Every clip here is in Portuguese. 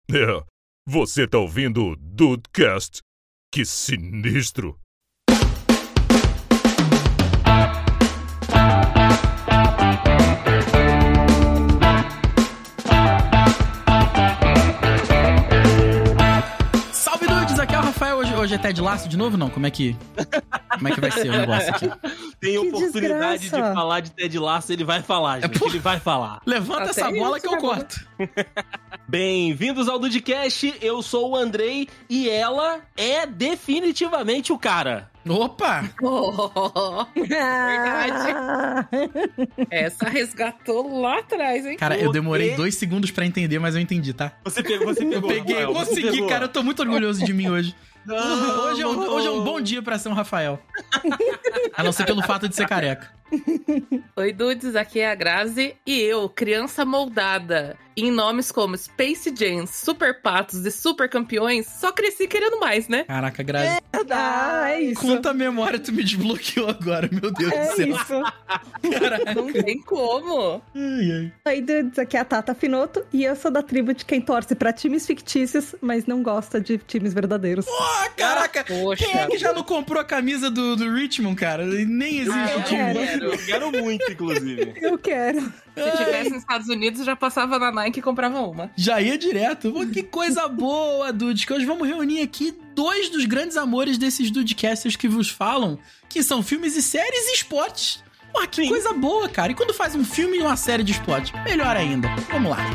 É, você tá ouvindo o Dudecast? Que sinistro! Salve, dudes! Aqui é o Rafael. Hoje é Ted Lasso de novo? Não, como é que vai ser o negócio aqui? Tem Que oportunidade desgraça. de falar de Ted Lasso, ele vai falar, gente. Ele vai falar. Levanta Até essa bola que eu isso, corto. Bem-vindos ao Dudecast, eu sou o Andrei e ela é definitivamente o cara. Opa! Verdade. Essa resgatou lá atrás, hein? Cara, eu demorei Você- 2 segundos pra entender, mas eu entendi, tá? Você pegou, Eu peguei, Rafael, você consegui, pegou. cara. Eu tô muito orgulhoso de mim hoje. Não, Hoje é um bom dia pra ser um Rafael. A não ser pelo fato de ser careca. Oi, dudes, aqui é a Grazi e eu, criança moldada em nomes como Space Jam, Super Patos e Super Campeões, só cresci querendo mais, né? Caraca, Grazi. Ah, é isso. Quanta memória tu me desbloqueou agora, meu Deus do É céu. isso. Caraca. Não tem como. Ai, ai. Oi, dudes, aqui é a Tata Finoto e eu sou da tribo de quem torce pra times fictícios, mas não gosta de times verdadeiros. Ah, caraca! Poxa. Quem é que já não comprou a camisa do Richmond, cara? Nem existe eu o time. quero. Eu quero muito, inclusive. Eu quero. Se tivesse nos Estados Unidos, já passava na Nike e comprava uma. Já ia direto. Pô, que coisa boa, Dudes, que hoje vamos reunir aqui 2 dos grandes amores desses Dudecasters que vos falam, que são filmes e séries e esportes. Pô, que coisa boa, cara. E quando faz um filme e uma série de esporte? Melhor ainda. Vamos lá.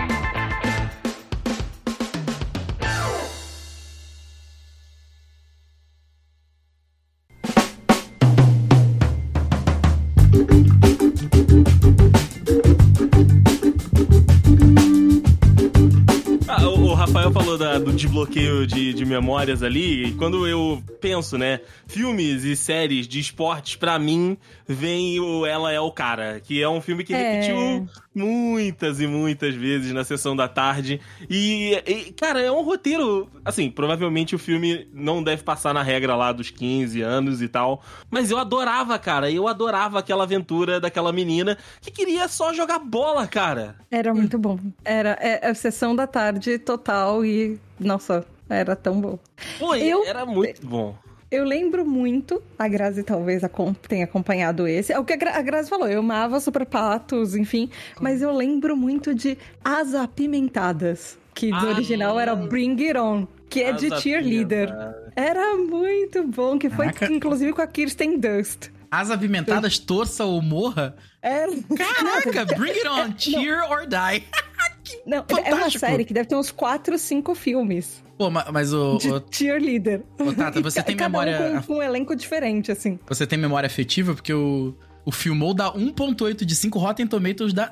O Rafael falou do desbloqueio de memórias ali, e quando eu penso, né, filmes e séries de esportes, pra mim, vem o Ela é o Cara, que é um filme que repetiu muitas e muitas vezes na sessão da tarde, e, cara, é um roteiro, assim, provavelmente o filme não deve passar na regra lá dos 15 anos e tal, mas eu adorava, cara, eu adorava aquela aventura daquela menina que queria só jogar bola, cara. Era muito bom. Era a sessão da tarde total e, nossa, era tão bom. Pô, Eu- era muito bom. Eu lembro muito, a Grazi talvez tenha acompanhado esse. É o que a Grazi falou, eu amava Super Patos, enfim. Mas eu lembro muito de As Apimentadas, que no original era Bring It On, que é de As cheerleader. Apimentadas. Era muito bom, que foi Caraca. inclusive com a Kirsten Dunst. As Apimentadas, torça ou morra? Era... Caraca, bring it on, cheer or die. Não, é uma Fantástico. série que deve ter uns 4, 5 filmes Pô, mas o de cheerleader. Tata, você tem Cada memória... um com um elenco diferente, assim. Você tem memória afetiva? Porque o Filmou dá 1.8 de 5, Rotten Tomatoes dá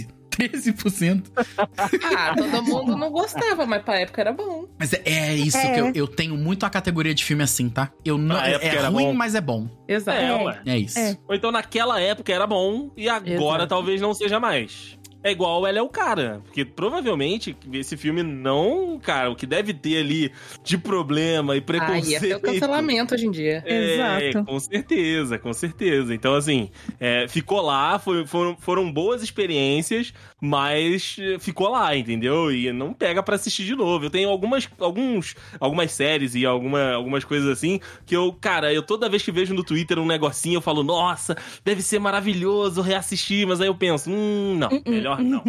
13%. Ah, todo mundo não gostava, mas pra época era bom. Mas é isso que eu tenho muito a categoria de filme assim, tá? Eu não, Na época é era ruim, bom. mas é bom. Exato. Ué. É isso. É. Ou então naquela época era bom e agora Exato. talvez não seja mais. É igual Ela é o Cara, porque provavelmente esse filme não, cara, o que deve ter ali de problema e Ah, preconceito. ia ter o cancelamento hoje em dia. Exato. Com certeza, com certeza. Então, assim, ficou lá, foram boas experiências, mas ficou lá, entendeu? E não pega pra assistir de novo. Eu tenho algumas séries e algumas coisas assim, que eu toda vez que vejo no Twitter um negocinho, eu falo, nossa, deve ser maravilhoso reassistir, mas aí eu penso, não, melhor não.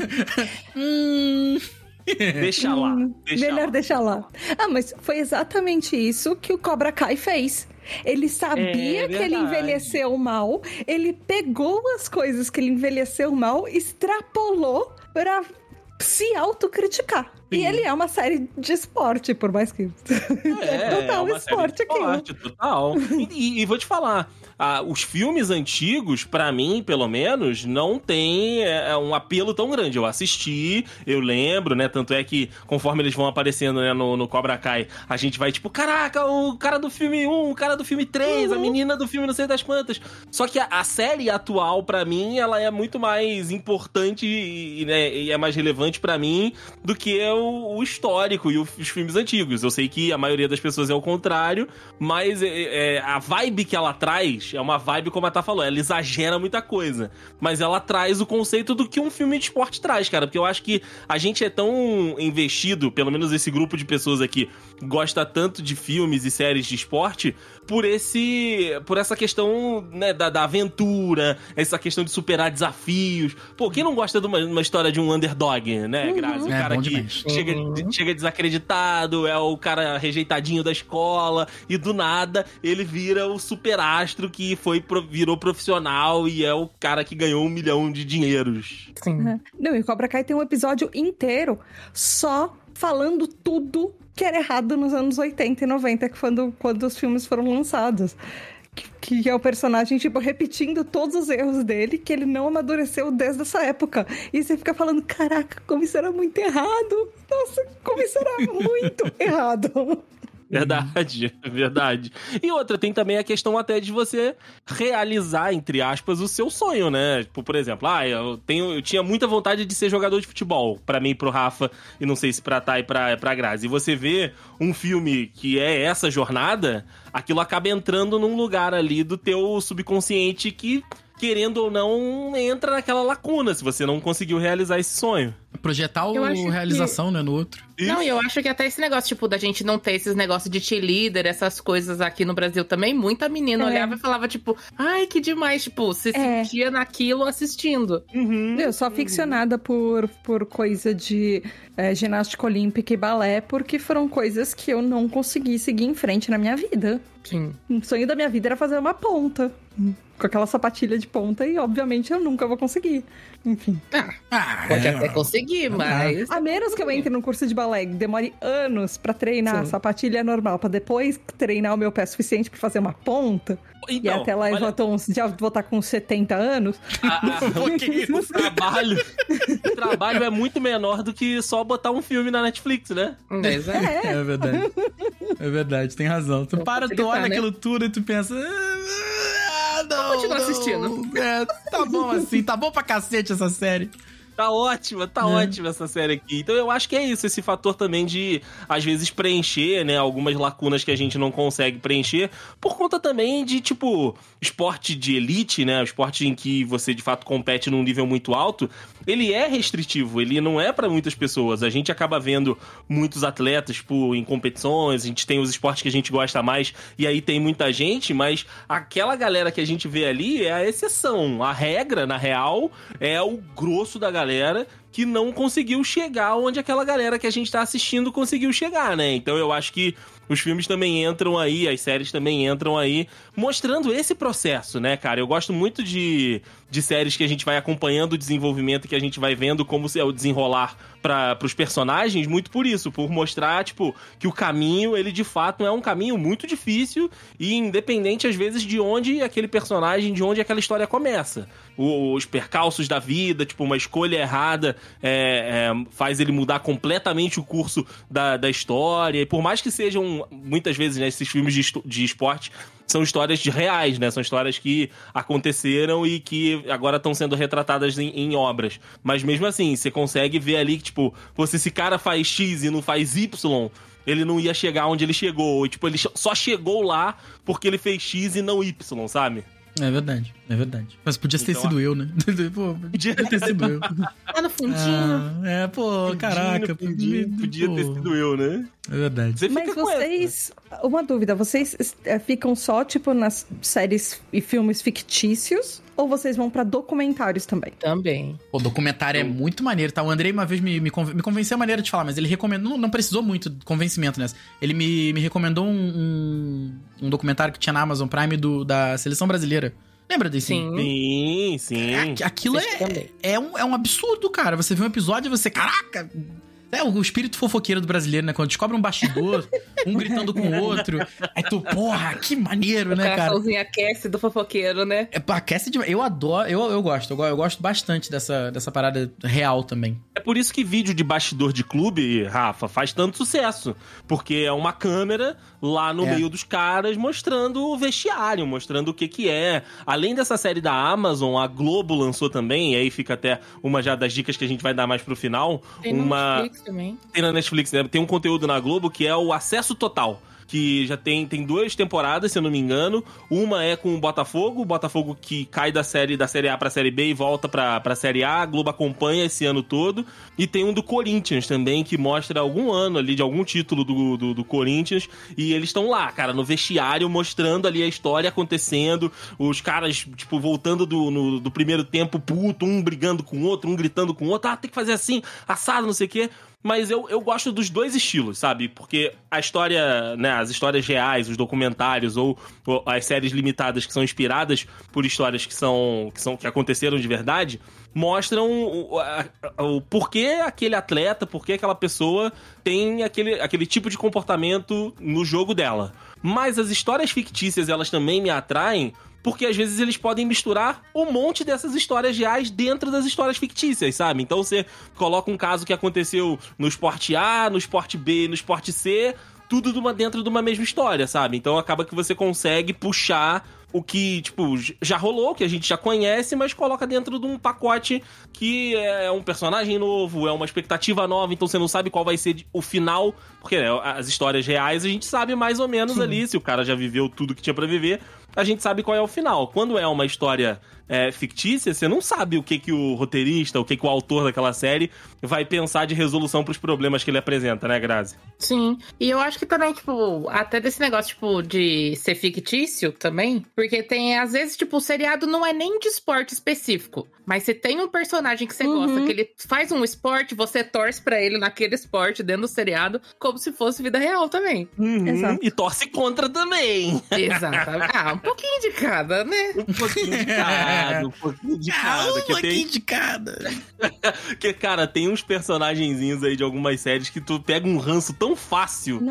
Deixa lá. Melhor deixar lá. Ah, mas foi exatamente isso que o Cobra Kai fez. Ele sabia que ele verdade. envelheceu mal, ele pegou as coisas que ele envelheceu mal, extrapolou pra se autocriticar. E Sim. ele é uma série de esporte, por mais que... total uma série esporte de aquilo. esporte, total. E vou te falar, os filmes antigos, pra mim, pelo menos, não tem um apelo tão grande. Eu assisti, eu lembro, né? Tanto é que, conforme eles vão aparecendo, né, no Cobra Kai, a gente vai tipo, caraca, o cara do filme 1, o cara do filme 3, a menina do filme não sei das quantas. Só que a série atual, pra mim, ela é muito mais importante e é mais relevante pra mim do que o histórico e os filmes antigos. Eu sei que a maioria das pessoas é o contrário, mas a vibe que ela traz é uma vibe, como a Tá falou, ela exagera muita coisa. Mas ela traz o conceito do que um filme de esporte traz, cara. Porque eu acho que a gente é tão investido, pelo menos esse grupo de pessoas aqui, gosta tanto de filmes e séries de esporte, por essa questão, né, da aventura, essa questão de superar desafios. Pô, quem não gosta de uma história de um underdog, né, Grazi? O cara que chega desacreditado, é o cara rejeitadinho da escola, e do nada ele vira o superastro que virou profissional e é o cara que ganhou 1 milhão de dinheiros. Sim. Não, e Cobra Kai tem um episódio inteiro só falando tudo que era errado nos anos 80 e 90, que quando os filmes foram lançados. Que é o personagem, tipo, repetindo todos os erros dele, que ele não amadureceu desde essa época. E você fica falando, caraca, como isso era muito errado. Nossa, como isso era muito errado. Verdade. E outra, tem também a questão até de você realizar, entre aspas, o seu sonho, né? Tipo, por exemplo, eu tinha muita vontade de ser jogador de futebol, pra mim, pro Rafa, e não sei se pra Tá e pra Grazi. E você vê um filme que é essa jornada, aquilo acaba entrando num lugar ali do teu subconsciente que, querendo ou não, entra naquela lacuna, se você não conseguiu realizar esse sonho. Projetar a realização, né, no outro. Não, e eu acho que até esse negócio, tipo, da gente não ter esses negócios de cheerleader, essas coisas aqui no Brasil também, muita menina olhava e falava, tipo, ai, que demais, tipo, se sentia naquilo assistindo. Eu sou aficionada por coisa de ginástica olímpica e balé, porque foram coisas que eu não consegui seguir em frente na minha vida. Sim. O sonho da minha vida era fazer uma ponta, com aquela sapatilha de ponta, e obviamente eu nunca vou conseguir. Enfim. Pode até conseguir, mas... A menos que eu entre num curso de balé e demore anos pra treinar a sapatilha normal, pra depois treinar o meu pé suficiente pra fazer uma ponta. Então, e até lá já vou estar com 70 anos. O trabalho é muito menor do que só botar um filme na Netflix, né? É verdade. É verdade, tem razão. Tu olha aquilo tudo e tu pensa... Não, continua assistindo. Tá bom assim, tá bom pra cacete essa série. Tá ótima essa série aqui. Então eu acho que é isso, esse fator também de, às vezes, preencher, né, algumas lacunas que a gente não consegue preencher, por conta também de, tipo, esporte de elite, né, o esporte em que você, de fato, compete num nível muito alto, ele é restritivo, ele não é pra muitas pessoas. A gente acaba vendo muitos atletas, tipo, em competições, a gente tem os esportes que a gente gosta mais, e aí tem muita gente, mas aquela galera que a gente vê ali é a exceção. A regra, na real, é o grosso da galera que não conseguiu chegar onde aquela galera que a gente tá assistindo conseguiu chegar, né? Então eu acho que os filmes também entram aí, as séries também entram aí, mostrando esse processo, né, cara? Eu gosto muito de séries que a gente vai acompanhando o desenvolvimento, que a gente vai vendo como é o desenrolar pros personagens, muito por isso, por mostrar, tipo, que o caminho, ele de fato é um caminho muito difícil e independente, às vezes, de onde aquele personagem, de onde aquela história começa. Os percalços da vida, tipo, uma escolha errada faz ele mudar completamente o curso da história, e por mais que sejam, muitas vezes, né, esses filmes de esporte são histórias reais, né? São histórias que aconteceram e que agora estão sendo retratadas em obras. Mas mesmo assim, você consegue ver ali que, tipo, se esse cara faz X e não faz Y, ele não ia chegar onde ele chegou. E, tipo, ele só chegou lá porque ele fez X e não Y, sabe? É verdade. Mas podia ter sido eu, né? Pô, podia ter sido eu. Lá no fundinho. Caraca. Podia ter sido eu, né? É verdade. Mas vocês... Uma dúvida, vocês ficam só, tipo, nas séries e filmes fictícios? Ou vocês vão pra documentários também? Também. O documentário é muito maneiro, tá? O Andrei uma vez me convenceu a maneira de falar, mas ele recomendou... Não precisou muito de convencimento nessa. Ele me recomendou um documentário que tinha na Amazon Prime da Seleção Brasileira. Lembra desse? Sim. Aquilo é um absurdo, cara. Você vê um episódio e você... Caraca! É o espírito fofoqueiro do brasileiro, né? Quando descobre um bastidor, um gritando com o outro. Aí tu, porra, que maneiro, né, cara? O coraçãozinho aquece do fofoqueiro, né? Aquece demais. Eu adoro, eu gosto bastante dessa parada real também. É por isso que vídeo de bastidor de clube, Rafa, faz tanto sucesso. Porque é uma câmera lá no meio dos caras mostrando o vestiário, mostrando o que é. Além dessa série da Amazon, a Globo lançou também, e aí fica até uma já das dicas que a gente vai dar mais pro final. Tem na Netflix também. Tem na Netflix, né? Tem um conteúdo na Globo que é o Acesso Total. Que já tem 2 temporadas, se eu não me engano. Uma é com o Botafogo que cai da série A pra série B e volta pra série A. A Globo acompanha esse ano todo. E tem um do Corinthians também, que mostra algum ano ali, de algum título do Corinthians. E eles estão lá, cara, no vestiário, mostrando ali a história acontecendo. Os caras, tipo, voltando do primeiro tempo puto, um brigando com o outro, um gritando com o outro. Ah, tem que fazer assim, assado, não sei o quê. Mas eu gosto dos 2 estilos, sabe? Porque a história, né, as histórias reais, os documentários ou as séries limitadas que são inspiradas por histórias que aconteceram de verdade, mostram o porquê aquele atleta, porquê aquela pessoa tem aquele tipo de comportamento no jogo dela. Mas as histórias fictícias, elas também me atraem, porque às vezes eles podem misturar um monte dessas histórias reais dentro das histórias fictícias, sabe? Então você coloca um caso que aconteceu no esporte A, no esporte B, no esporte C, tudo dentro de uma mesma história, sabe? Então acaba que você consegue puxar o que, tipo, já rolou, que a gente já conhece, mas coloca dentro de um pacote que é um personagem novo, é uma expectativa nova, então você não sabe qual vai ser o final, porque né, as histórias reais a gente sabe mais ou menos ali, se o cara já viveu tudo que tinha pra viver, a gente sabe qual é o final. Quando é uma história fictícia, você não sabe o que o roteirista, o que o autor daquela série vai pensar de resolução pros problemas que ele apresenta, né, Grazi? Sim, e eu acho que também, tipo, até desse negócio, tipo, de ser fictício também, porque tem, às vezes, tipo, o seriado não é nem de esporte específico, mas se tem um personagem que você gosta, que ele faz um esporte, você torce pra ele naquele esporte dentro do seriado, como se fosse vida real também. Exato. E torce contra também. Exatamente. Um pouquinho de cada, né? Um pouquinho de cada, um pouquinho de cada. Um pouquinho de cada. Porque, cara, tem uns personagenzinhos aí de algumas séries que tu pega um ranço tão fácil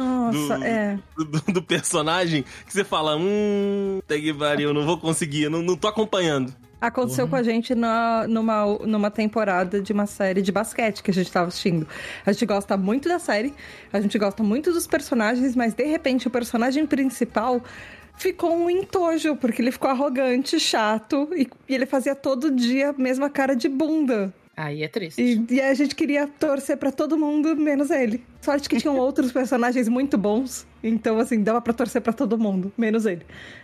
do personagem que você fala, até que pariu, não vou conseguir, não tô acompanhando. Aconteceu com a gente numa temporada de uma série de basquete que a gente tava assistindo. A gente gosta muito da série, a gente gosta muito dos personagens, mas de repente o personagem principal ficou um entojo, porque ele ficou arrogante, chato, e ele fazia todo dia a mesma cara de bunda. Aí é triste. E a gente queria torcer pra todo mundo, menos ele. Sorte que tinham outros personagens muito bons, então, assim, dava pra torcer pra todo mundo, menos ele.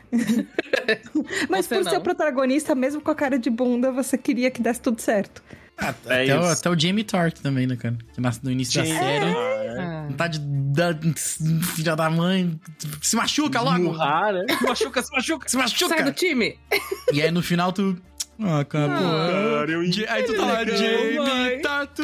Mas por ser o protagonista, mesmo com a cara de bunda, você queria que desse tudo certo. Até o Jamie Tartt também, né, cara? Que nasce no início da série. Vontade filha da mãe. Se machuca logo! Murrar, né? Se machuca! Sai do time! E aí no final tu. Acabou. Aí tu tá lá, Jamie Tartt.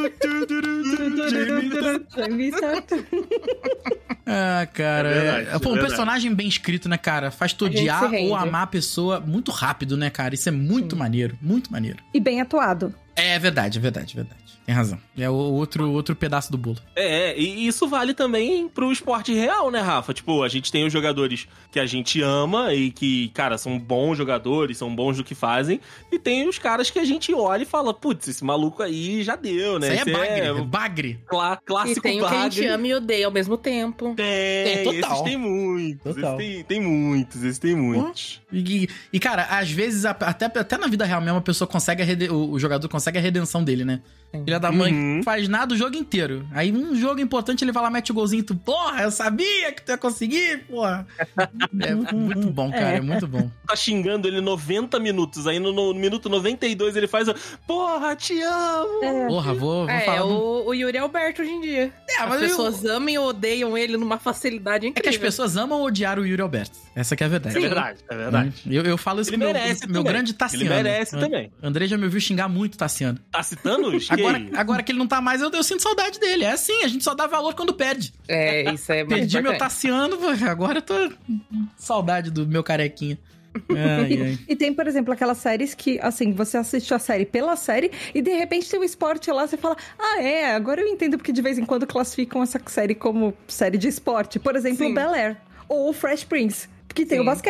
Jamie Tartt. Cara. Verdade, um personagem bem escrito, né, cara? Faz tu odiar ou amar a pessoa muito rápido, né, cara? Isso é muito maneiro, muito maneiro. E bem atuado. É verdade. Tem razão. É o outro pedaço do bolo. E isso vale também pro esporte real, né, Rafa? Tipo, a gente tem os jogadores que a gente ama e que, cara, são bons jogadores, são bons no que fazem. E tem os caras que a gente olha e fala, putz, esse maluco aí já deu, né? Isso aí é bagre. Clássico e tem bagre. O que a gente ama e odeia ao mesmo tempo. Tem total. Esses tem muitos. Total. Esses tem muitos. E, cara, às vezes, até na vida real mesmo, a pessoa consegue o jogador consegue a redenção dele, né? Filha da mãe faz nada o jogo inteiro. Aí um jogo importante ele vai lá, mete o golzinho e tu, porra, eu sabia que tu ia conseguir, porra. É muito bom, cara, é muito bom. Tá xingando ele 90 minutos, aí no minuto 92 ele faz, porra, te amo. Porra, vou falar. É o Yuri Alberto hoje em dia. As pessoas amam e odeiam ele numa facilidade incrível. É que as pessoas amam odiar o Yuri Alberto. Essa que é a verdade. É verdade. Eu falo isso ele com meu grande Tassiano. Ele merece também. André já me ouviu xingar muito Tassiano. Tá citando? Agora que ele não tá mais, eu sinto saudade dele. É assim, a gente só dá valor quando perde. Isso é mais Perdi meu Tassiano, agora eu tô saudade do meu carequinha. E tem, por exemplo, aquelas séries que, assim, você assiste a série pela série e de repente tem um esporte lá, você fala, agora eu entendo porque de vez em quando classificam essa série como série de esporte. Por exemplo, o Bel-Air ou o Fresh Prince, que tem o basquete.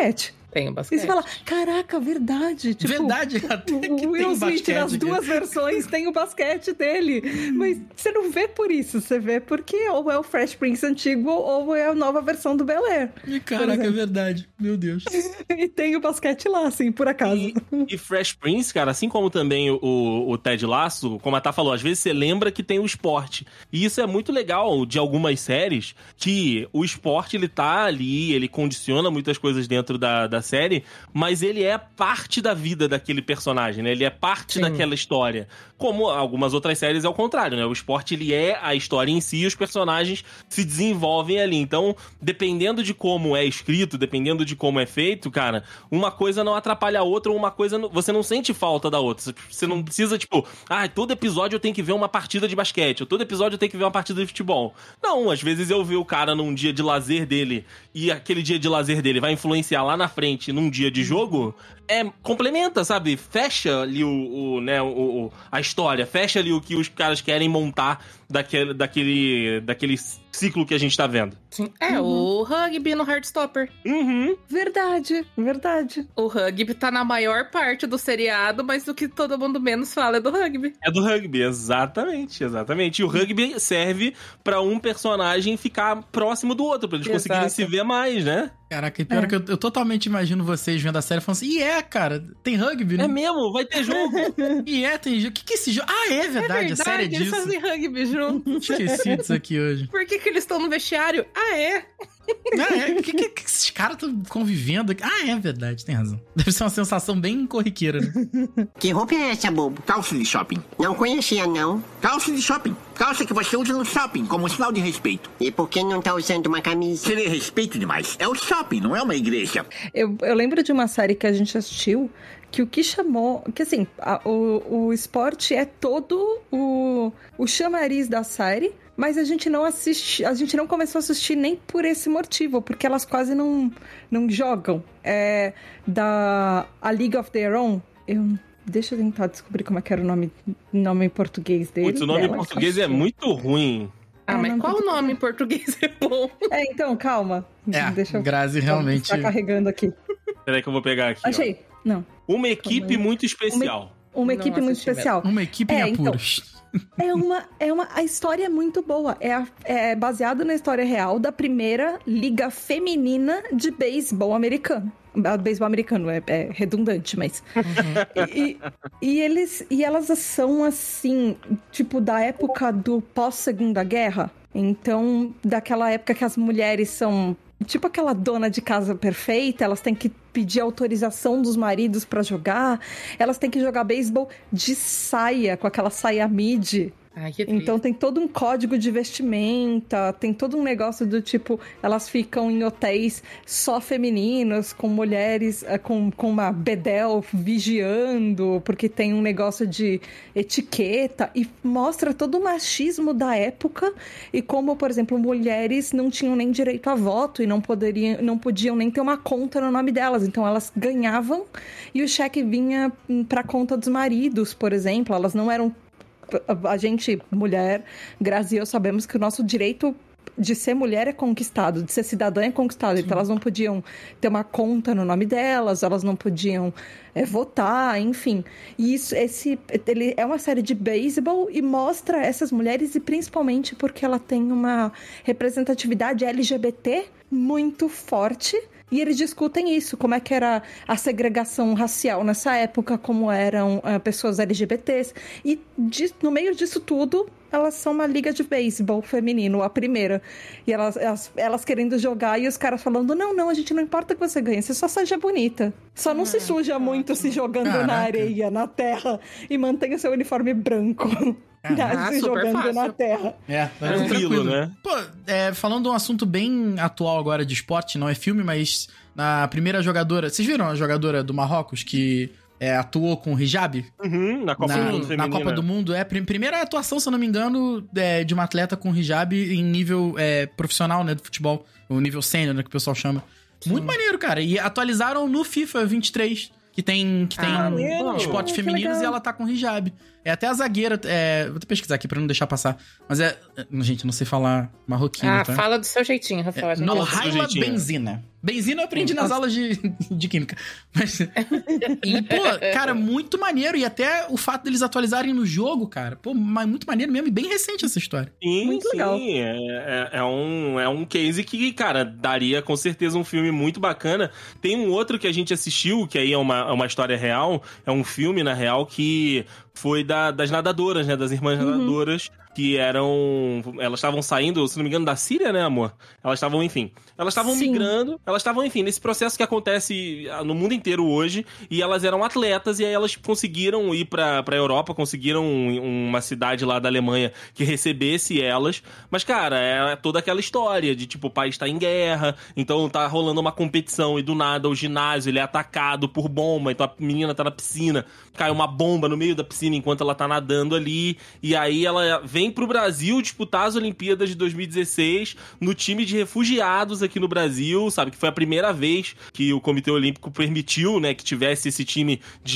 Tem o basquete. E você fala, caraca, verdade. Tipo, Verdade, até que o tem Will Smith, basquete nas aqui. duas versões, tem o basquete dele. Mas você não vê por isso. Você vê porque ou é o Fresh Prince antigo ou é a nova versão do Bel-Air. E caraca, é verdade. Meu Deus. E tem o basquete lá, assim, por acaso. E Fresh Prince, cara, assim como também o Ted Lasso, como a Tá falou, às vezes você lembra que tem o esporte. E isso é muito legal de algumas séries, que o esporte, ele tá ali, ele condiciona muitas coisas dentro da série, mas ele é parte da vida daquele personagem, né? Ele é parte daquela história. Como algumas outras séries é o contrário, né? O esporte, ele é a história em si e os personagens se desenvolvem ali. Então, dependendo de como é escrito, dependendo de como é feito, cara, uma coisa não atrapalha a outra, ou uma coisa você não sente falta da outra. Você não precisa, tipo, todo episódio eu tenho que ver uma partida de basquete, ou todo episódio eu tenho que ver uma partida de futebol. Não, às vezes eu ver o cara num dia de lazer dele, e aquele dia de lazer dele vai influenciar lá na frente num dia de jogo, complementa, sabe? Fecha ali a história, fecha ali o que os caras querem montar daquele ciclo que a gente tá vendo. Sim. O rugby no Heartstopper. Verdade. O rugby tá na maior parte do seriado, mas o que todo mundo menos fala é do rugby. É do rugby, exatamente. E o rugby serve pra um personagem ficar próximo do outro, pra eles conseguirem se ver mais, né? Caraca, e pior que eu totalmente imagino vocês vendo a série falando assim, cara, tem rugby, né? É mesmo, vai ter jogo. Tem jogo. O que é esse jogo? É verdade, a série é disso. Eles fazem rugby juntos. Esqueci disso aqui hoje. Por que eles estão no vestiário? O que esses caras estão convivendo aqui? É verdade, tem razão. Deve ser uma sensação bem corriqueira, né? Que roupa é essa, bobo? Calça de shopping. Não conhecia, não. Calça de shopping. Calça que você usa no shopping, como sinal de respeito. E por que não tá usando uma camisa? Querer respeito demais. É o shopping, não é uma igreja. Eu lembro de uma série que a gente assistiu que o que chamou... Que assim, o esporte é todo o chamariz da série, mas a gente não começou a assistir nem por esse motivo, porque elas quase não jogam. A League of Their Own, deixa eu tentar descobrir como é que era o nome em português dele. Putz, o nome em português é muito ruim. Mas qual o nome em português é bom? Então, calma. Deixa eu... Grazi realmente... Tá carregando aqui. Peraí que eu vou pegar aqui. Achei. Ó. Não. Uma equipe muito especial. Uma equipe muito especial. Uma equipe em apuros. A história é muito boa. É baseado na história real da primeira liga feminina de beisebol americano. Beisebol americano é redundante, mas... E elas são, assim, tipo, da época do pós-Segunda Guerra. Então, daquela época que as mulheres são... Tipo aquela dona de casa perfeita, elas têm que pedir autorização dos maridos pra jogar, elas têm que jogar beisebol de saia, com aquela saia midi. Então tem todo um código de vestimenta, tem todo um negócio do tipo, elas ficam em hotéis só femininos, com mulheres com uma bedel vigiando, porque tem um negócio de etiqueta, e mostra todo o machismo da época, e como, por exemplo, mulheres não tinham nem direito a voto e não podiam nem ter uma conta no nome delas, então elas ganhavam e o cheque vinha pra conta dos maridos, por exemplo, elas não eram... A gente, mulher, Grazi e eu sabemos que o nosso direito de ser mulher é conquistado, de ser cidadã é conquistado. Sim. Então elas não podiam ter uma conta no nome delas, elas não podiam votar, enfim. E ele é uma série de beisebol e mostra essas mulheres, e principalmente porque ela tem uma representatividade LGBT muito forte. E eles discutem isso, como é que era a segregação racial nessa época, como eram pessoas LGBTs. E no meio disso tudo, elas são uma liga de beisebol feminino, a primeira. E elas querendo jogar e os caras falando, não, a gente não importa que você ganhe, você só seja bonita. Só não se suja muito se jogando na areia, na terra, e mantenha seu uniforme branco. Se jogando fácil na terra. Tranquilo, né? Pô, falando de um assunto bem atual agora de esporte, não é filme, mas na primeira jogadora... Vocês viram a jogadora do Marrocos que atuou com o hijab? Na Copa do Mundo feminina. Na Copa do Mundo, primeira atuação, se eu não me engano, de uma atleta com hijab em nível profissional, né, do futebol. O nível sênior, né, que o pessoal chama. Sim. Muito maneiro, cara. E atualizaram no FIFA 23, que tem esportes femininos, e ela tá com hijab. É até a zagueira. Vou até pesquisar aqui pra não deixar passar. Mas gente, eu não sei falar marroquino, tá? Fala do seu jeitinho, Rafael. Nohaila Benzina. Benzina eu aprendi nas aulas de química. Mas, e, pô, cara, muito maneiro. E até o fato deles atualizarem no jogo, cara. Pô, muito maneiro mesmo. E bem recente essa história. Sim, Muito legal. É um case que, cara, daria com certeza um filme muito bacana. Tem um outro que a gente assistiu, que aí é uma história real. É um filme, na real, que foi das nadadoras, né? Das irmãs nadadoras. Que elas estavam saindo, se não me engano, da Síria, né, amor? Elas estavam migrando, elas estavam, enfim, nesse processo que acontece no mundo inteiro hoje, e elas eram atletas, e aí elas conseguiram ir pra Europa, conseguiram uma cidade lá da Alemanha que recebesse elas, mas, cara, é toda aquela história de, tipo, o país tá em guerra, então tá rolando uma competição, e do nada o ginásio, ele é atacado por bomba, então a menina tá na piscina, cai uma bomba no meio da piscina enquanto ela tá nadando ali, e aí ela vem pro Brasil disputar as Olimpíadas de 2016 no time de refugiados aqui no Brasil, sabe? Que foi a primeira vez que o Comitê Olímpico permitiu, né, que tivesse esse time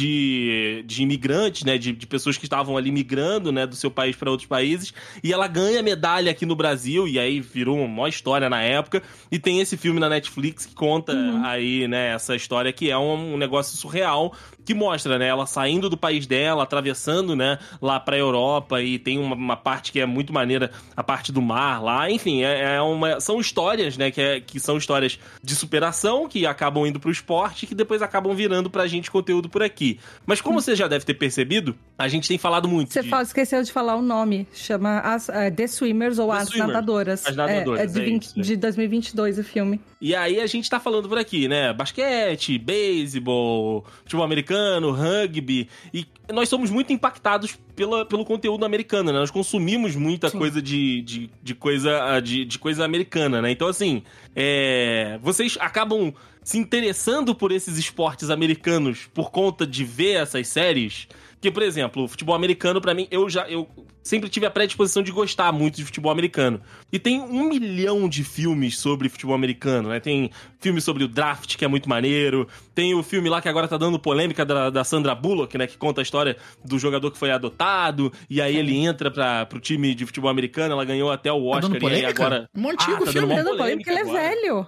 de imigrantes, né, de pessoas que estavam ali migrando, né, do seu país para outros países, e ela ganha medalha aqui no Brasil, e aí virou uma maior história na época, e tem esse filme na Netflix que conta aí, né, essa história que é um negócio surreal, que mostra, né, ela saindo do país dela, atravessando, né, lá pra Europa, e tem uma parte que é muito maneira, a parte do mar lá, enfim, são histórias, né, que são histórias de superação, que acabam indo pro esporte, que depois acabam virando pra gente conteúdo por aqui. Mas como você já deve ter percebido, a gente tem falado muito esqueceu de falar o nome, chama The Swimmers ou As Nadadoras. As Nadadoras, de 2022 o filme. E aí a gente tá falando por aqui, né, basquete, beisebol, futebol americano, rugby, e nós somos muito impactados pelo conteúdo americano, né? Nós consumimos muita coisa de coisa americana, né? Então, assim, vocês acabam se interessando por esses esportes americanos por conta de ver essas séries. Porque, por exemplo, o futebol americano, pra mim, eu sempre tive a predisposição de gostar muito de futebol americano. E tem 1 milhão de filmes sobre futebol americano, né? Tem filme sobre o draft, que é muito maneiro. Tem o filme lá que agora tá dando polêmica da Sandra Bullock, né? Que conta a história do jogador que foi adotado. E aí ele entra pro time de futebol americano. Ela ganhou até o Oscar. Tá dando polêmica? E aí agora... Um antigo tá filme. dando Dando polêmica, ele é velho.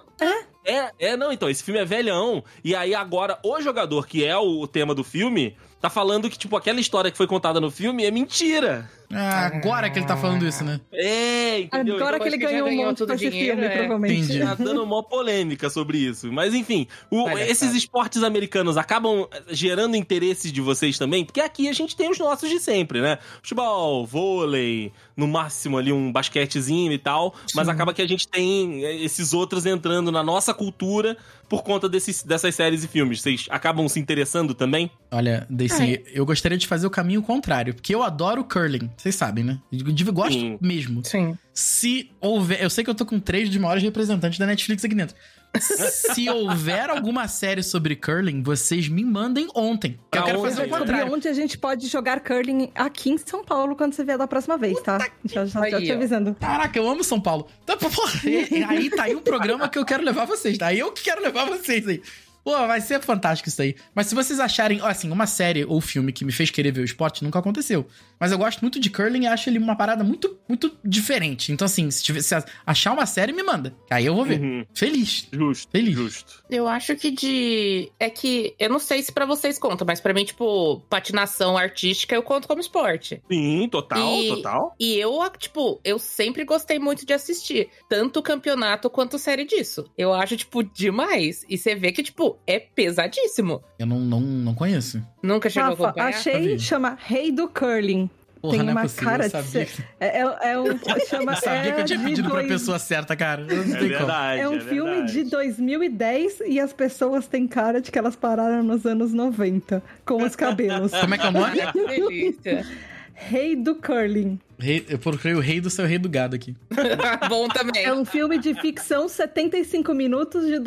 Não, então, esse filme é velhão. E aí agora, o jogador, que é o tema do filme, tá falando que, tipo, aquela história que foi contada no filme é mentira. Agora que ele tá falando isso, né? Entendeu? Agora Então, que ele ganhou um monte pra esse filme, provavelmente. Entendi. tá dando uma polêmica sobre isso. Mas, enfim, esses esportes americanos acabam gerando interesse de vocês também, porque aqui a gente tem os nossos de sempre, né? Futebol, vôlei, no máximo ali um basquetezinho e tal, mas acaba que a gente tem esses outros entrando na nossa cultura por conta dessas séries e filmes. Vocês acabam se interessando também? Olha, Daisy, eu gostaria de fazer o caminho contrário, porque eu adoro curling. Vocês sabem, né? Eu gosto mesmo. Sim. Se houver... Eu sei que eu tô com 3 dos maiores representantes da Netflix aqui dentro. Se houver alguma série sobre curling, vocês me mandem ontem. Eu quero fazer o contrário. Onde a gente pode jogar curling aqui em São Paulo quando você vier da próxima vez, tá? Já te avisando. Caraca, eu amo São Paulo. Então, aí tá aí um programa que eu quero levar vocês, tá? Eu que quero levar vocês aí. Pô, vai ser fantástico isso aí. Mas se vocês acharem, assim, uma série ou filme que me fez querer ver o esporte, nunca aconteceu. Mas eu gosto muito de curling e acho ele uma parada muito, muito diferente. Então, assim, se achar uma série, me manda. Aí eu vou ver. Feliz. Justo. Eu acho que é que... Eu não sei se pra vocês conta, mas pra mim, tipo, patinação artística eu conto como esporte. Sim, total. E eu, tipo, eu sempre gostei muito de assistir. Tanto o campeonato quanto série disso. Eu acho, tipo, demais. E você vê que, tipo, é pesadíssimo. Eu não conheço. Nunca chegou a acompanhar? Achei, chama Rei do Curling. Porra, tem não é uma possível, cara eu sabia. Chama, Eu sabia que eu tinha pedido pra pessoa certa, cara. Não tem como. Verdade, É um filme de 2010 e as pessoas têm cara de que elas pararam nos anos 90 com os cabelos. Como é que é o nome? Que delícia. Rei do Curling. Eu procurei o rei do seu rei do gado aqui. Bom também. É um filme de ficção 75 minutos de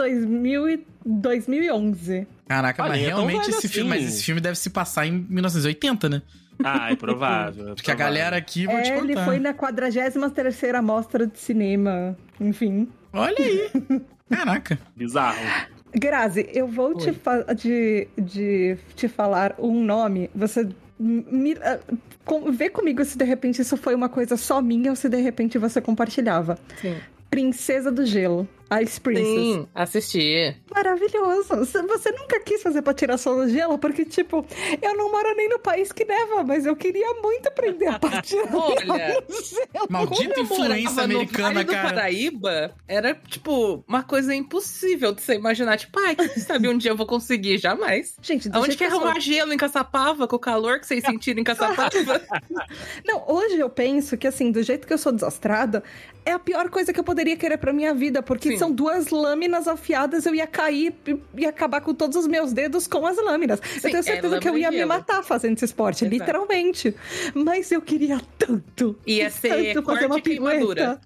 2011. Caraca, Olha, mas realmente então esse filme... Mas esse filme deve se passar em 1980, né? É provável. Porque a galera aqui, vou te contar. Ele foi na 43ª Mostra de Cinema, enfim. Olha aí. Caraca. Bizarro. Grazi, eu vou te falar um nome. Você vê comigo se de repente isso foi uma coisa só minha ou se de repente você compartilhava. Sim. Princesa do Gelo. Ice Princess. Sim, assisti. Maravilhoso. Você nunca quis fazer patinação no gelo? Porque, tipo, eu não moro nem no país que neva, mas eu queria muito aprender a patinar Olha, no gelo. Maldita influência americana, no Vale do cara. Paraíba, era, tipo, uma coisa impossível de você imaginar. Tipo, ai, quem sabe um dia eu vou conseguir? Jamais. Gente, do Aonde jeito que é eu sou- arrumar gelo em Caçapava, com o calor que vocês sentiram em Caçapava? Não, hoje eu penso que, assim, do jeito que eu sou desastrada, é a pior coisa que eu poderia querer pra minha vida, porque Sim. são 2 lâminas afiadas, eu ia cair e acabar com todos os meus dedos com as lâminas. Sim, eu tenho certeza é que eu ia lâmina de me gelo. matar fazendo esse esporte, Exato. literalmente. Mas eu queria tanto. Ia ser tanto fazer corte e queimadura.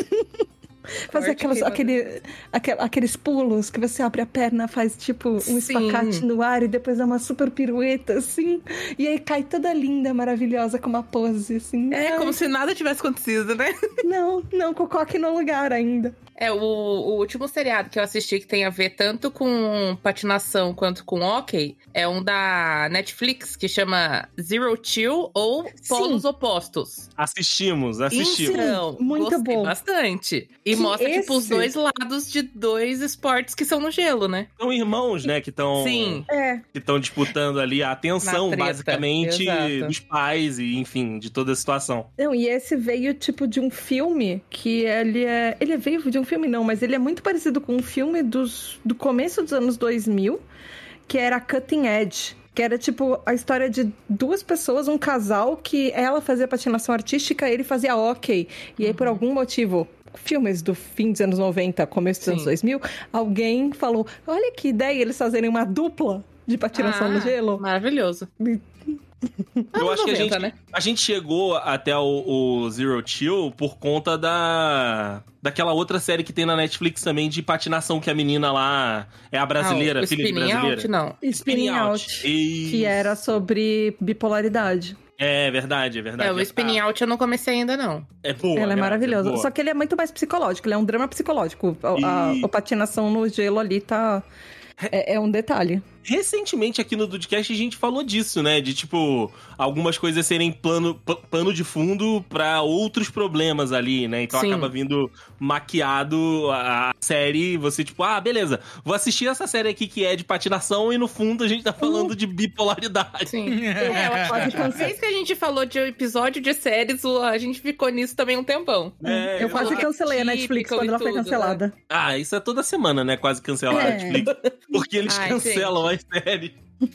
Fazer Corte e queimadura. aqueles pulos que você abre a perna, faz tipo um Sim. espacate no ar e depois dá uma super pirueta, assim. E aí cai toda linda, maravilhosa, com uma pose, assim. É, Ai, como se nada tivesse acontecido, né? Não, com o coque no lugar ainda. É, o último seriado que eu assisti que tem a ver tanto com patinação quanto com hóquei é um da Netflix que chama Zero Chill ou Polos Opostos. Assistimos. Então, muito gostei bom. bastante. E Que mostra, tipo, os esse- dois lados de 2 esportes que são no gelo, né? São irmãos, né, que estão Sim. É, disputando ali a atenção, Na treta, basicamente, exato. dos pais e, enfim, de toda a situação. não, e esse veio tipo de um filme que ele veio de um filme não, mas ele é muito parecido com um filme do começo dos anos 2000, que era Cutting Edge. Que era, tipo, a história de 2 pessoas, um casal, que ela fazia patinação artística, ele fazia hóquei. E aí, por algum motivo, filmes do fim dos anos 90, começo dos Sim. anos 2000, alguém falou, olha que ideia eles fazerem uma dupla de patinação no gelo. Maravilhoso. Eu acho que 90, né? a gente chegou até o Zero Chill por conta daquela outra série que tem na Netflix também de patinação, que a menina lá é a brasileira, o filha de Spinning brasileira. Out, não. Spinning Out, Isso. que era sobre bipolaridade. É verdade. É, o Spinning Out eu não comecei ainda, não. É boa. Ela é Grazi, maravilhosa. boa. Só que ele é muito mais psicológico, ele é um drama psicológico. A patinação no gelo ali tá... É um detalhe. Recentemente aqui no Dudcast a gente falou disso, né? De, tipo, algumas coisas serem pano de fundo pra outros problemas ali, né? Então Sim. acaba vindo maquiado a série, você tipo, beleza, vou assistir essa série aqui que é de patinação e no fundo a gente tá falando de bipolaridade. Sim. Ela quase Uma vez que a gente falou de episódio de séries, a gente ficou nisso também um tempão. É, Eu quase Coloca cancelei a Netflix típico quando e ela foi tudo, cancelada. isso é toda semana, né? Quase cancelar a Netflix. Porque eles Ai, cancelam as séries.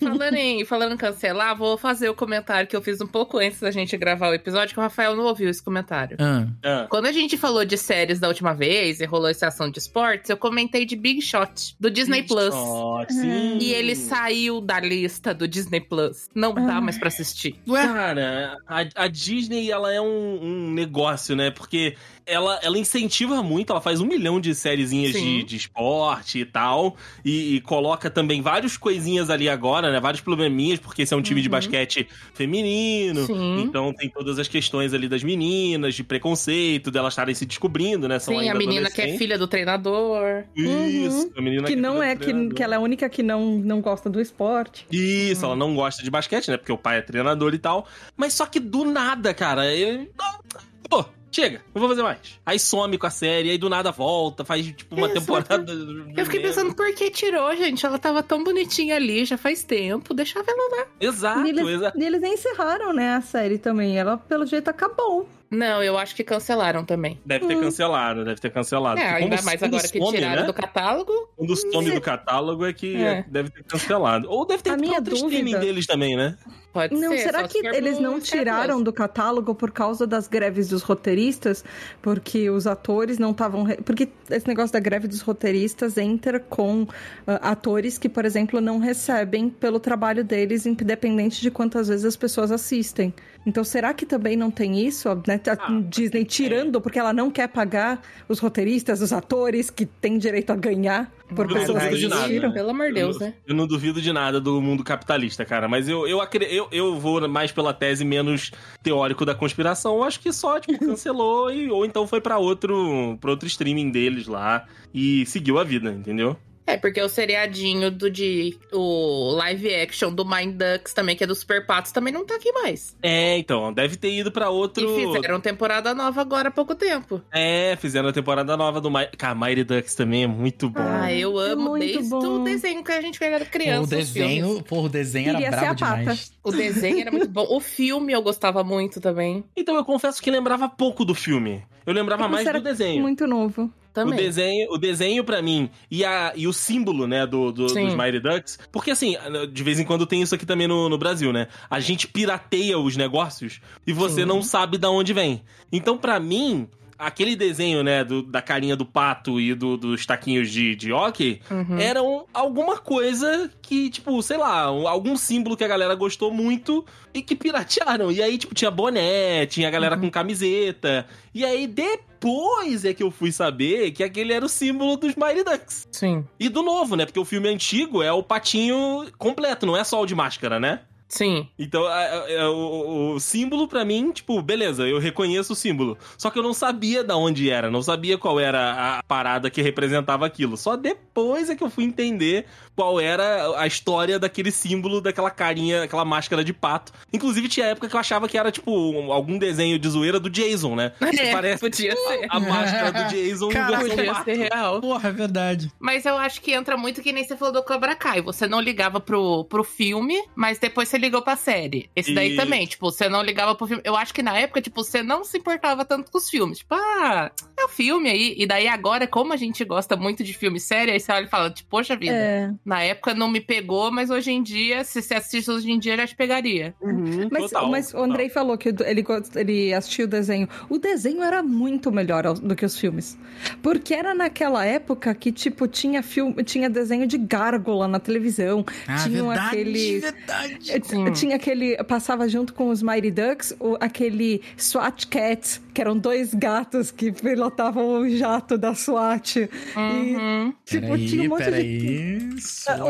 Falando em cancelar, vou fazer o comentário que eu fiz um pouco antes da gente gravar o episódio, que o Rafael não ouviu esse comentário. Quando a gente falou de séries da última vez e rolou essa ação de esportes, eu comentei de Big Shot, do Disney Plus. Sim. E ele saiu da lista do Disney Plus. Não dá mais pra assistir. Cara, a Disney, ela é um negócio, né? Porque ela incentiva muito, ela faz 1 milhão de sériezinhas Sim. de esporte e tal, e coloca também várias coisinhas ali agora, né? Vários probleminhas, porque esse é um time de basquete feminino, Sim. então tem todas as questões ali das meninas, de preconceito, delas estarem se descobrindo, né? São Sim, ainda a menina que é adolescentes. filha do treinador. Isso, a menina Que não filha é, do treinador. que ela é a única que não gosta do esporte. Isso, ela não gosta de basquete, né? Porque o pai é treinador e tal. Mas só que do nada, cara, ele... Pô, chega, não vou fazer mais. Aí some com a série, aí do nada volta, faz tipo uma Exato. temporada... Eu fiquei pensando, por que tirou, gente? Ela tava tão bonitinha ali, já faz tempo. Deixava ela lá. Exato, E eles, exato. e eles encerraram, né, a série também. Ela, pelo jeito, acabou. Não, eu acho que cancelaram também. Deve ter cancelado, deve ter cancelado. É, Porque ainda quando- mais quando agora que some, tiraram né? do catálogo. Quando some do catálogo é que É. deve ter cancelado. Ou deve ter A ido pra minha outro dúvida- streaming deles também, né? Pode Não, ser. será só que se for eles pro não Star tiraram Plus. do catálogo por causa das greves dos roteiristas? Porque os atores não estavam... Porque esse negócio da greve dos roteiristas entra com atores que, por exemplo, não recebem pelo trabalho deles, independente de quantas vezes as pessoas assistem. Então, será que também não tem isso? Né? A Disney tirando, porque ela não quer pagar os roteiristas, os atores que têm direito a ganhar por Eu não pessoas que duvido de nada, assistiram? né? Pelo amor de Deus, né? Eu não duvido de nada do mundo capitalista, cara. Mas eu vou mais pela tese menos teórico da conspiração. Eu acho que só, tipo, cancelou ou então foi pra outro streaming deles lá e seguiu a vida, entendeu? É, porque o seriadinho o live action do Mind Ducks também, que é do Super Patos, também não tá aqui mais. É, então, deve ter ido pra outro... E fizeram temporada nova agora há pouco tempo. É, fizeram a temporada nova do Cara, Mighty Ducks também é muito bom. Ah, eu amo muito desde bom. o desenho que a gente era criança. O desenho era Queria ser brabo a Pata. demais. O desenho era muito bom. O filme eu gostava muito também. Então, eu confesso que lembrava pouco do filme. Eu lembrava mais Você era do desenho. muito novo. Também. O desenho pra mim e o símbolo, né, dos Mighty Ducks. Porque, assim, de vez em quando tem isso aqui também no Brasil, né? A gente pirateia os negócios e você não sabe de onde vem. Então, pra mim, aquele desenho, né, da carinha do pato e dos taquinhos de hóquei, eram alguma coisa que, tipo, sei lá, algum símbolo que a galera gostou muito e que piratearam. E aí, tipo, tinha boné, tinha a galera com camiseta. E aí, depois é que eu fui saber que aquele era o símbolo dos Mighty Ducks. Sim. E do novo, né? Porque o filme antigo é o patinho completo, não é só o de máscara, né? Sim. Então, o símbolo pra mim, tipo, beleza, eu reconheço o símbolo. Só que eu não sabia de onde era, não sabia qual era a parada que representava aquilo. Só depois é que eu fui entender qual era a história daquele símbolo, daquela carinha, aquela máscara de pato. Inclusive, tinha época que eu achava que era, tipo, algum desenho de zoeira do Jason, né? Que parece podia ser. a máscara do Jason. Cara, versão Podia pato. ser real. Porra, é verdade. Mas eu acho que entra muito que nem você falou do Cobra Kai. Você não ligava pro filme, mas depois você ligou pra série. Esse daí também, tipo, você não ligava pro filme. Eu acho que na época, tipo, você não se importava tanto com os filmes. Tipo, é o filme aí. E daí agora, como a gente gosta muito de filme sério, aí você olha e fala, tipo, poxa vida. Na época não me pegou, mas hoje em dia, se você assiste hoje em dia, já te pegaria. Mas o Andrei falou que ele assistiu o desenho. O desenho era muito melhor do que os filmes. Porque era naquela época que, tipo, tinha desenho de gárgula na televisão. Tinha verdade. Tinha aquele... Passava junto com os Mighty Ducks, aquele SWAT Cats, que eram dois gatos que pilotavam o jato da SWAT. E, tipo, tinha um monte de...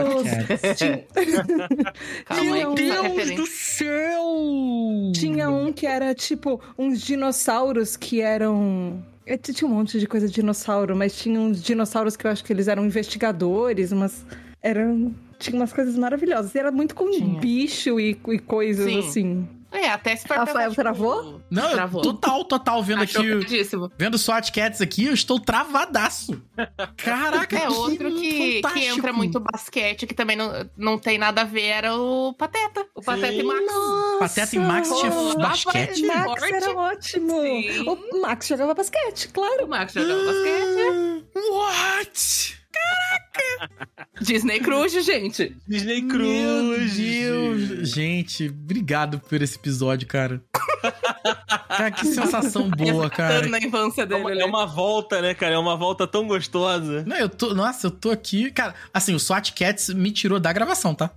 Calma aí, Meu Deus do céu! Tinha um que era, tipo, uns dinossauros que eram... Tinha um monte de coisa de dinossauro, mas tinha uns dinossauros que eu acho que eles eram investigadores, mas tinha umas coisas maravilhosas. E era muito com bicho e coisas assim. Até se for Rafael, tipo, travou? Não, travou. Total, vendo aqui. Vendo SWAT Cats aqui, eu estou travadaço. Caraca, É outro que fantástico. entra muito basquete, que também não tem nada a ver, era o Pateta. O Pateta e Max. Pateta e Max tinha basquete. O Max era ótimo. Sim. O Max jogava basquete, claro. O Max jogava basquete. What? Disney Cruise, gente. Disney Meu Cruise. Deus. Gente, obrigado por esse episódio, cara. Cara, que sensação boa, cara. Na infância dele, É uma volta, né, cara? É uma volta tão gostosa. Não, eu tô aqui... Cara, assim, o SWAT Cats me tirou da gravação, tá?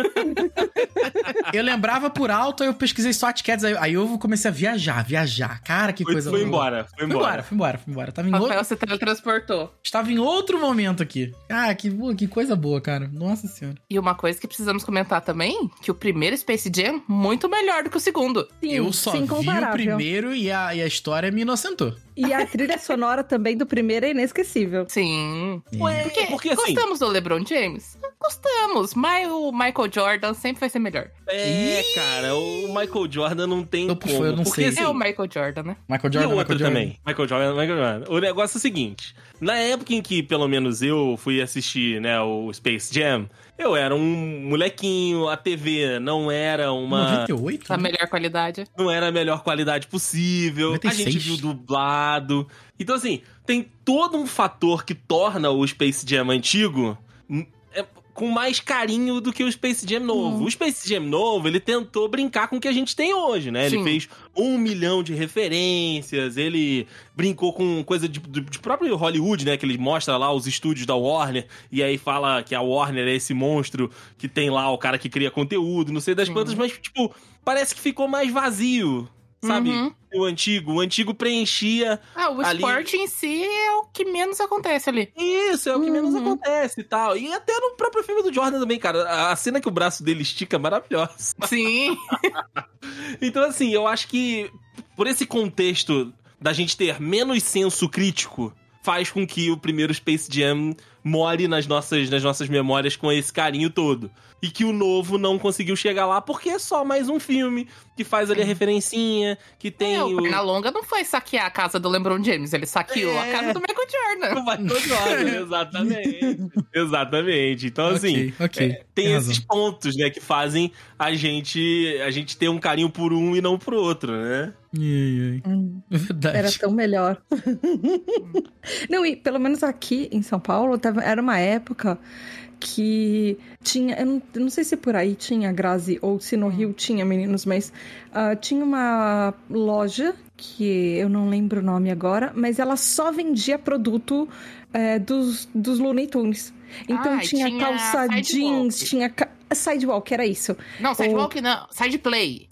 Eu lembrava por alto, aí eu pesquisei SWAT Cats, aí eu comecei a viajar. Cara, que coisa Foi boa. embora. Fui embora. Rafael, você teletransportou. Estava em outro momento aqui. Ah, que coisa boa, cara. Nossa senhora. E uma coisa que precisamos comentar também, que o primeiro Space Jam, muito melhor do que o segundo. Sim, Eu só vi o primeiro e a história me inocentou. E a trilha sonora também do primeiro é inesquecível. Sim. Ué, porque assim... Gostamos do LeBron James? Gostamos, mas o Michael Jordan sempre vai ser melhor. Cara, o Michael Jordan não tem como. Eu não porque, sei. assim, É o Michael Jordan, né? Michael e Jordan, o outro Michael Jordan. também. Michael Jordan. O negócio é o seguinte. Na época em que, pelo menos, eu fui assistir, né, o Space Jam, eu era um molequinho, a TV não era uma... 98? A melhor qualidade. Não era a melhor qualidade possível. 96. A gente viu dublado. Então, assim, tem todo um fator que torna o Space Jam antigo com mais carinho do que o Space Jam novo. O Space Jam novo, ele tentou brincar com o que a gente tem hoje, né? Sim. Ele fez 1 milhão de referências, ele brincou com coisa de próprio Hollywood, né? Que ele mostra lá os estúdios da Warner, e aí fala que a Warner é esse monstro que tem lá o cara que cria conteúdo, não sei das quantas, mas, tipo, parece que ficou mais vazio, sabe? O antigo preenchia... O ali... esporte em si é o que menos acontece ali. Isso, é o que menos acontece e tal. E até no próprio filme do Jordan também, cara. A cena que o braço dele estica é maravilhosa. Sim. Então, assim, eu acho que por esse contexto da gente ter menos senso crítico, faz com que o primeiro Space Jam more nas nossas memórias com esse carinho todo. E que o novo não conseguiu chegar lá porque é só mais um filme que faz ali a referencinha, que tem o Pernalonga não foi saquear a casa do LeBron James, ele saqueou a casa do Michael Jordan. O Michael Jordan, exatamente. Exatamente. Então, assim, tem esses pontos, né, que fazem a gente ter um carinho por um e não por outro, né? Verdade. Era tão melhor. Não, e pelo menos aqui em São Paulo, era uma época que tinha, eu não sei se por aí tinha, Grazi, ou se no Rio tinha, meninos, mas tinha uma loja que eu não lembro o nome agora, mas ela só vendia produto dos Looney Tunes. Então tinha calça jeans, tinha Sidewalk, era isso. Não, Sidewalk não. Side Play.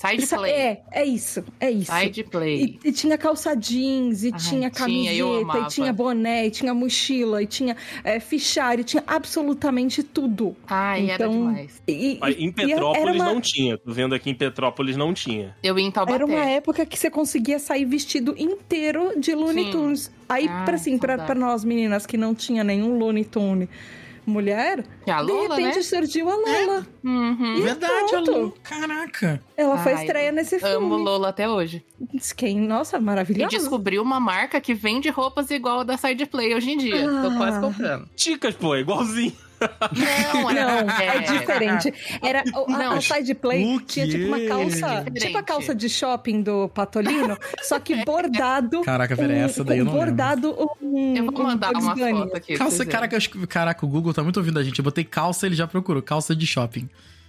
É isso. Side Play. E tinha calça jeans, e tinha camiseta, e tinha boné, e tinha mochila, e tinha fichário, tinha absolutamente tudo. Ai, então, era demais. Em Petrópolis não tinha. Tô vendo aqui, em Petrópolis não tinha. Eu ia em Taubaté. Era uma época que você conseguia sair vestido inteiro de Looney Tunes. Aí, pra nós meninas que não tinha nenhum Looney Tune mulher, a Lola, de repente surgiu a Lola. Uhum. Verdade, a Lola. Caraca. Ela foi estreia nesse filme. Amo Lola até hoje. Nossa, maravilhosa. E descobriu uma marca que vende roupas igual a da Side Play hoje em dia. Tô quase comprando. Ticas, pô, igualzinho. Não, é diferente. Era a Side Play tinha tipo uma calça, tipo a calça de shopping do Patolino, só que bordado. Caraca, velho, essa daí eu não bordado eu vou mandar uma foto aqui. Caraca, o Google tá muito ouvindo a gente. Eu botei calça, ele já procurou calça de shopping.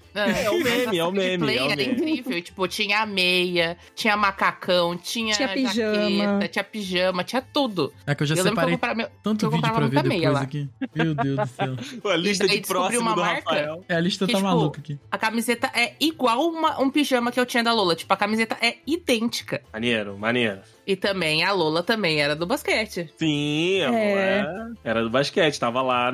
É o meme. Era incrível. Tipo, tinha a meia, tinha macacão, tinha pijama. tinha pijama, tinha tudo. É que eu já separei tanto vídeo pra ver depois aqui. Meu Deus do céu. A lista de próximo do Rafael. A lista tá maluca aqui. A camiseta é igual um pijama que eu tinha da Lola. Tipo, a camiseta é idêntica. Maneiro. E também, a Lola também era do basquete. Sim, era do basquete. Tava lá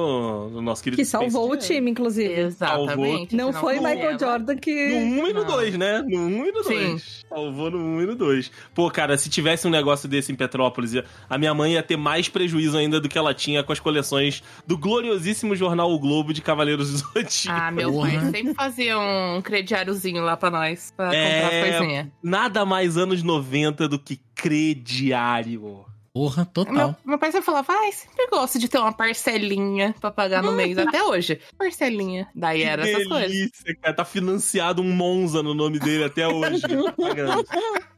no nosso querido... Que salvou o time, inclusive. Exatamente. Não foi Michael Jordan que... No 1 e no 2, né? No 1 e no 2. Salvou no 1 e no 2. Pô, cara, se tivesse um negócio desse em Petrópolis, a minha mãe ia ter mais prejuízo ainda do que ela tinha com as coleções do gloriosíssimo jornal O Globo de Cavaleiros do Zodíaco. Meu pai sempre fazia um crediáriozinho lá pra nós, pra comprar coisinha. Nada mais anos 90 do que crediário. Porra, total. Meu pai sempre falava, sempre gosto de ter uma parcelinha pra pagar no mês, até hoje. Parcelinha. Daí era essas coisas. Delícia, cara. Tá financiado um Monza no nome dele até hoje. Pagando.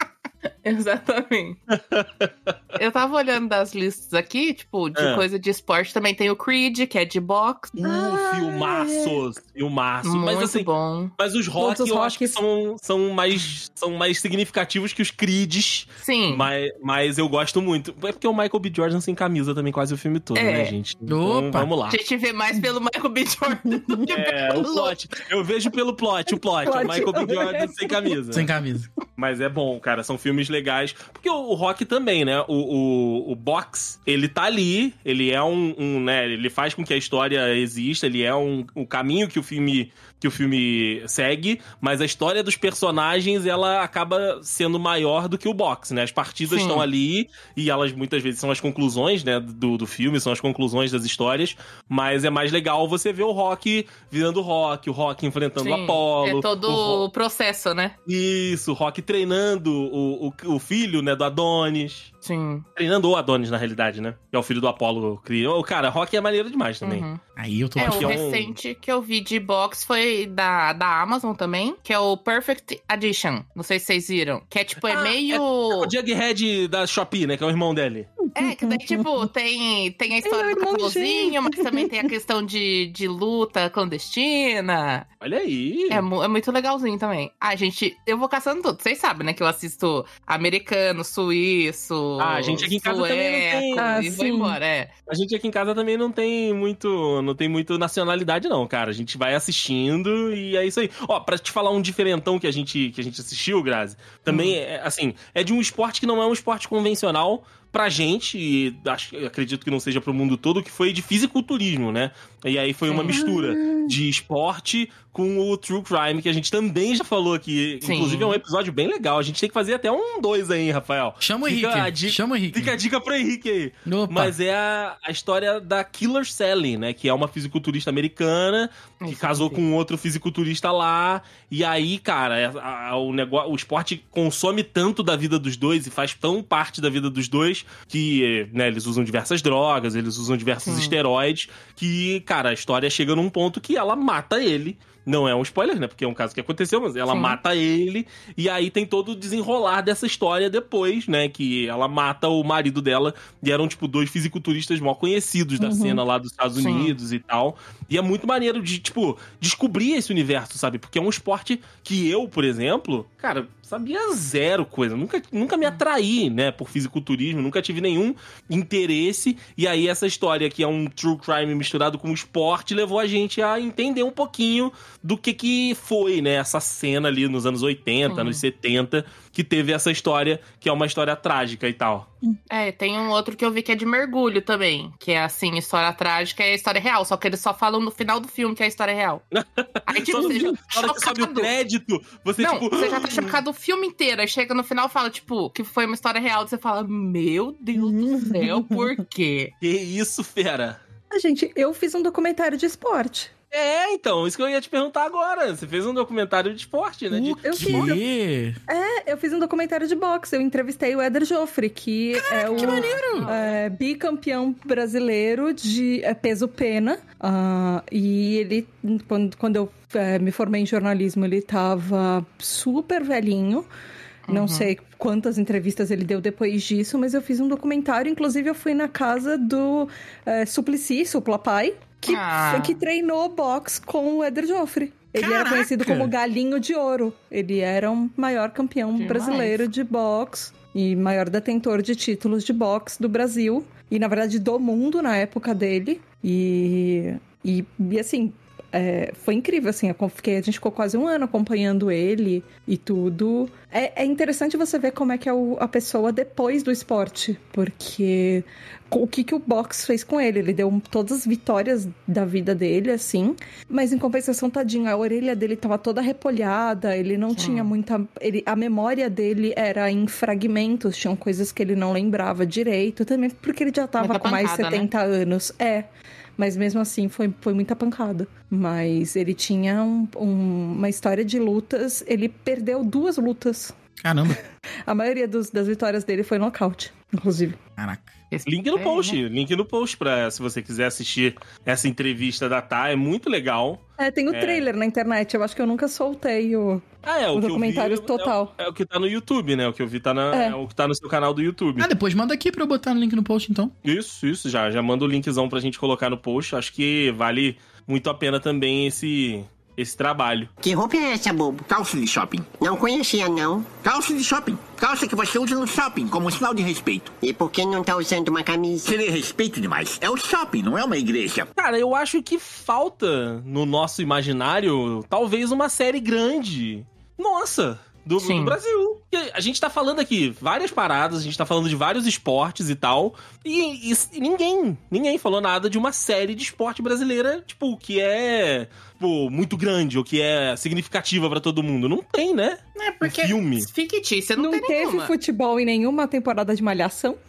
Exatamente. Eu tava olhando das listas aqui, tipo, de coisa de esporte. Também tem o Creed, que é de boxe. Filmaço. Muito Mas assim, bom. Mas os rock eu acho que são mais significativos que os Creeds. Sim. Mas eu gosto muito. É porque o Michael B. Jordan sem camisa também quase o filme todo, né, gente? Então, vamos lá. A gente vê mais pelo Michael B. Jordan do que pelo plot. Eu vejo pelo plot. O Michael B. Jordan sem camisa. Sem camisa. Mas é bom, cara. São filmes legais. Porque o rock também, né? O box, ele tá ali. Ele é né? Ele faz com que a história exista. Ele é um caminho que o filme segue. Mas a história dos personagens, ela acaba sendo maior do que o box, né? As partidas estão ali. E elas muitas vezes são as conclusões, né? Do filme. São as conclusões das histórias. Mas é mais legal você ver o Rock virando Rock. O Rock enfrentando o Apollo. É todo o processo, né? Isso. O Rock treinando o filho, né, do Adonis. Sim. Treinando o Adonis, na realidade, né? Que é o filho do Apollo. Cara, Rock é maneiro demais também. Aí eu tô o recente que eu vi de boxe foi da Amazon também, que é o Perfect Addition. Não sei se vocês viram. Que é tipo, meio... É o Jughead da Shopee, né? Que é o irmão dele. Que daí, tipo, tem a história do cabulozinho, mas também tem a questão de luta clandestina. Olha aí. É muito legalzinho também. Eu vou caçando tudo. Vocês sabem, né? Que eu assisto americano, suíço, a gente aqui em casa também não tem. E vou embora, A gente aqui em casa também não tem muito nacionalidade, não, cara. A gente vai assistindo e é isso aí. Ó, pra te falar um diferentão que a gente assistiu, Grazi, também é de um esporte que não é um esporte convencional, pra gente, e acredito que não seja pro mundo todo, que foi de fisiculturismo, né? E aí foi uma mistura de esporte com o true crime, que a gente também já falou aqui. Sim. Inclusive é um episódio bem legal. A gente tem que fazer até 2 aí, Rafael. Chama o Henrique. Chama o Henrique. Fica a dica pro Henrique aí. Opa. Mas é a história da Killer Sally, né? Que é uma fisiculturista americana que casou com outro fisiculturista lá. E aí, cara, o esporte consome tanto da vida dos dois e faz tão parte da vida dos dois que, né, eles usam diversas drogas, eles usam diversos esteroides, que, cara, a história chega num ponto que ela mata ele. Não é um spoiler, né? Porque é um caso que aconteceu, mas ela mata ele. E aí tem todo o desenrolar dessa história depois, né? Que ela mata o marido dela. E eram, tipo, 2 fisiculturistas mal conhecidos da cena lá dos Estados Unidos e tal. E é muito maneiro de, tipo, descobrir esse universo, sabe? Porque é um esporte que eu, por exemplo, cara, sabia zero coisa. Nunca me atraí, né? Por fisiculturismo. Nunca tive nenhum interesse. E aí essa história, que é um true crime misturado com esporte, levou a gente a entender um pouquinho do que foi, né, essa cena ali nos anos 80, anos 70, que teve essa história, que é uma história trágica e tal. Tem um outro que eu vi que é de mergulho também, que é assim, história trágica é história real, só que eles só falam no final do filme que é a história real. Aí, tipo, você já na hora que sobe o crédito, você, você já tá chocado o filme inteiro, aí chega no final e fala, tipo, que foi uma história real, você fala, meu Deus do céu, por quê? Que isso, fera? Gente, eu fiz um documentário de esporte. Então, isso que eu ia te perguntar agora. Você fez um documentário de esporte, né? Eu fiz um documentário de boxe. Eu entrevistei o Éder Joffre, que é o bicampeão brasileiro de peso pena. E ele, quando eu me formei em jornalismo, ele tava super velhinho. Não sei quantas entrevistas ele deu depois disso, mas eu fiz um documentário. Inclusive, eu fui na casa do Suplicy, Suplapai, que treinou boxe com o Éder Joffre. Ele era conhecido como Galinho de Ouro. Ele era o maior campeão brasileiro de boxe e maior detentor de títulos de boxe do Brasil. E, na verdade, do mundo na época dele. E assim... foi incrível, assim, a gente ficou quase 1 ano acompanhando ele e tudo. É interessante você ver como é que é a pessoa depois do esporte, porque o que o boxe fez com ele. Ele deu todas as vitórias da vida dele, assim, mas em compensação, tadinho, a orelha dele tava toda repolhada, ele não tinha muita... a memória dele era em fragmentos, tinham coisas que ele não lembrava direito, também porque ele já tava com mais de 70 anos. Mas mesmo assim, foi muita pancada. Mas ele tinha uma história de lutas. Ele perdeu 2 lutas. Caramba. A maioria das vitórias dele foi nocaute, inclusive. Caraca. Link no post. Link no post pra, se você quiser assistir essa entrevista da Tá. É muito legal. Tem o trailer na internet. Eu acho que eu nunca soltei o documentário total. É o que tá no YouTube, né? O que eu vi é o que tá no seu canal do YouTube. Depois manda aqui pra eu botar no link no post, então. Isso. Já manda o linkzão pra gente colocar no post. Acho que vale muito a pena também esse trabalho. Que roupa é essa, bobo? Calça de shopping. Não conhecia, não. Calça de shopping. Calça que você usa no shopping, como sinal de respeito. E por que não tá usando uma camisa? Seria respeito demais. É o shopping, não é uma igreja. Cara, eu acho que falta no nosso imaginário talvez uma série grande. Nossa! Do Brasil. A gente tá falando aqui várias paradas, a gente tá falando de vários esportes e tal, e ninguém falou nada de uma série de esporte brasileira, tipo, que é muito grande, ou que é significativa pra todo mundo. Não tem, né? Porque filme. Fictícia não tem teve nenhuma. Futebol em nenhuma temporada de Malhação?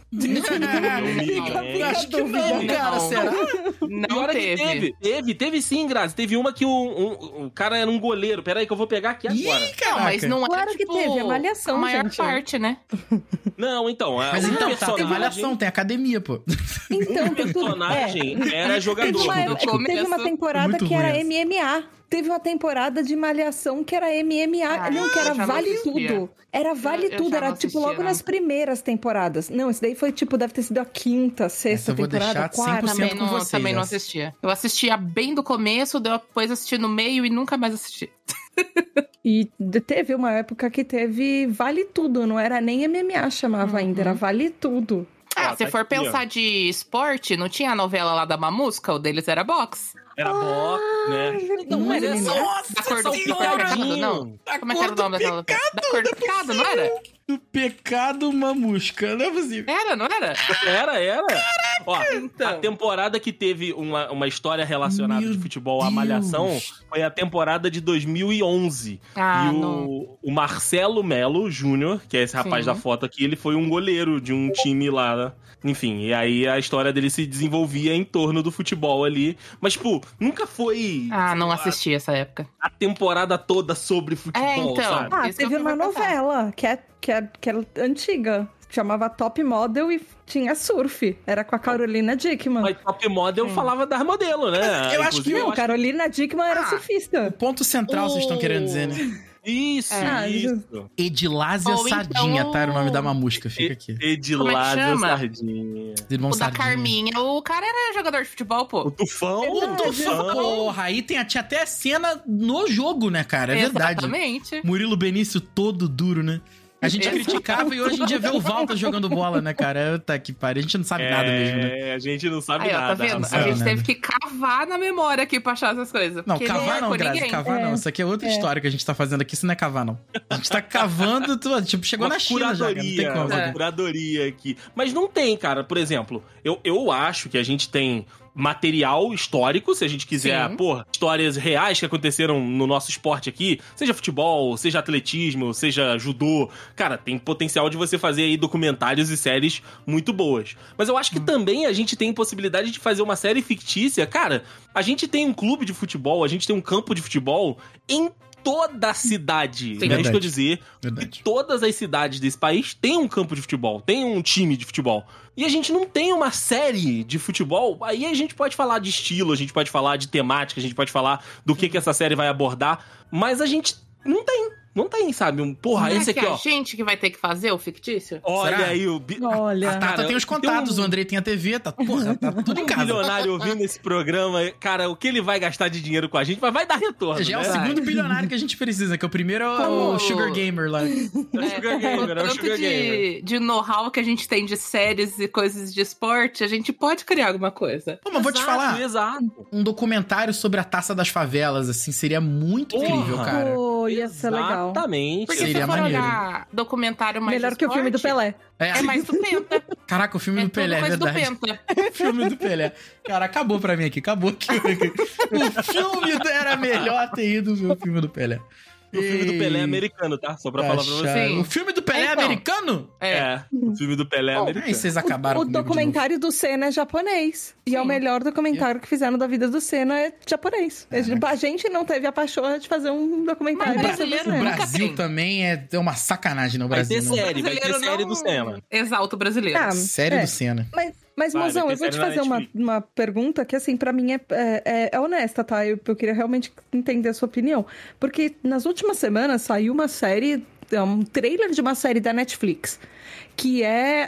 Acho que não, cara, será? Não teve. Teve sim, Grazi. Teve uma que o cara era um goleiro. Peraí que eu vou pegar aqui agora. Não, mas não é, claro que teve, é Malhação, a maior gente. parte, né? Não, então... Mas então, tem Malhação, tem academia, pô. Então, o personagem era jogador. Teve uma temporada que era MMA. Teve uma temporada de Malhação que era MMA. Que era Vale Tudo. Era Vale Tudo. Era, tipo, logo nas primeiras temporadas. Não, esse daí foi, tipo, deve ter sido a 5ª, 6ª temporada, 4ª. Também não assistia. Eu assistia bem do começo, depois assisti no meio e nunca mais assisti. E teve uma época que teve Vale Tudo. Não era nem MMA, chamava ainda. Era Vale Tudo. Se for pensar de esporte, não tinha a novela lá da Mamusca? O deles era boxe. Era box, né? Não Mas era é MMA? Nossa Da cor do senhora! pecado, não. Da Como é que era o nome daquela? Da cor do pecado, não era? Do pecado mamusca, não é possível. Era, não era? Era. Ó, então. a temporada que teve uma história relacionada Meu de futebol à Deus. Malhação foi a temporada de 2011. Ah, e não. o Marcelo Melo Júnior, que é esse rapaz Sim. da foto aqui, ele foi um goleiro de um time lá, né? Enfim, e aí a história dele se desenvolvia em torno do futebol ali. Mas, tipo, nunca foi Ah, não assisti essa época. a temporada toda sobre futebol, então. sabe? Ah, Isso que teve eu uma vou contar. novela que é antiga. Chamava Top Model e tinha surf. Era com a Carolina Dickman. Mas Top Model falava das modelos, né? eu acho que Inclusive, Não, Carolina Dickman era surfista. Ponto central, vocês estão querendo dizer, né? Isso, Ah, isso. Edilásia Ou Sardinha, então- tá? Era o nome da mamusca, fica aqui. Edilásia chama? Sardinha. Irmão O da Sardinha. Carminha, o cara era jogador de futebol, O pô. Tufão. O Tufão, porra, aí tinha até cena no jogo, né, cara? É verdade. Exatamente. Murilo Benício todo duro, né? A gente Exatamente. criticava e hoje em dia vê o Walter jogando bola, né, cara? Tá que pariu, a gente não sabe nada mesmo, né? A gente não sabe Aí, ó, tá nada. vendo? sabe A gente nada. teve que cavar na memória aqui pra achar essas coisas. Não, porque cavar é não, com Grazi, ninguém. cavar não. Isso aqui é outra história que a gente tá fazendo aqui, isso não é cavar, não. A gente tá cavando, tipo, chegou Uma na China já, cara, não tem como. uma curadoria aqui. Mas não tem, cara. Por exemplo, eu acho que a gente tem material histórico, se a gente quiser, Sim. histórias reais que aconteceram no nosso esporte aqui, seja futebol, seja atletismo, seja judô. Cara, tem potencial de você fazer aí documentários e séries muito boas. Mas eu acho que também a gente tem possibilidade de fazer uma série fictícia. Cara, a gente tem um clube de futebol, a gente tem um campo de futebol em toda a cidade. Sim. É isso que eu Verdade. dizer. Verdade. E todas as cidades desse país têm um campo de futebol, tem um time de futebol. E a gente não tem uma série de futebol. Aí a gente pode falar de estilo, a gente pode falar de temática, a gente pode falar do que essa série vai abordar. Mas a gente não tem. Não tem, sabe? Porra, Não é esse que aqui, a ó. gente que vai ter que fazer o fictício? Olha Será? aí o... Olha. A Tata tem os contatos, o Andrei tem a TV, tá, porra, tá tudo em casa. bilionário ouvindo esse programa, cara, o que ele vai gastar de dinheiro com a gente, mas vai dar retorno, Já é o né? segundo bilionário que a gente precisa, que o primeiro é o Como- Sugar Gamer lá. É o Sugar Gamer, é o tanto Sugar Gamer. de know-how que a gente tem de séries e coisas de esporte, a gente pode criar alguma coisa. Pô, mas vou te Exato, falar, Exato. um documentário sobre a Taça das Favelas, assim, seria muito incrível, Porra. cara. Pô, ia ser legal. Exatamente. Porque Seria se for maneiro. olhar documentário mais Melhor de que o filme do esporte, Pelé. É mais do Penta. Caraca, o filme É do tudo Pelé, é coisa do verdade. Penta. O filme do Pelé. Cara, acabou pra mim aqui, acabou aqui. O filme era melhor ter ido ver o filme do Pelé. O filme do Pelé é americano, tá? Só pra falar pra você. Achar- Sim. O filme do Pelé é Então. americano? É, o filme do Pelé é Bom, americano. Aí vocês acabaram O comigo de documentário do Senna é japonês. E é o Sim. melhor documentário que fizeram da vida do Senna é japonês. A gente não teve a paixão de fazer um documentário Mas sobre o brasileiro novo. O Senna. nunca Brasil tem. também é uma sacanagem no Vai Brasil. ter não. série, vai ter Brasileiro série não do Cinema. Exalta o brasileiro. Ah, Série é. do Senna. Mas, Vai mozão, ter eu vou te série na fazer uma Netflix. pergunta que, assim, pra mim é honesta, tá? Eu queria realmente entender a sua opinião. Porque nas últimas semanas saiu uma série, um trailer de uma série da Netflix. Que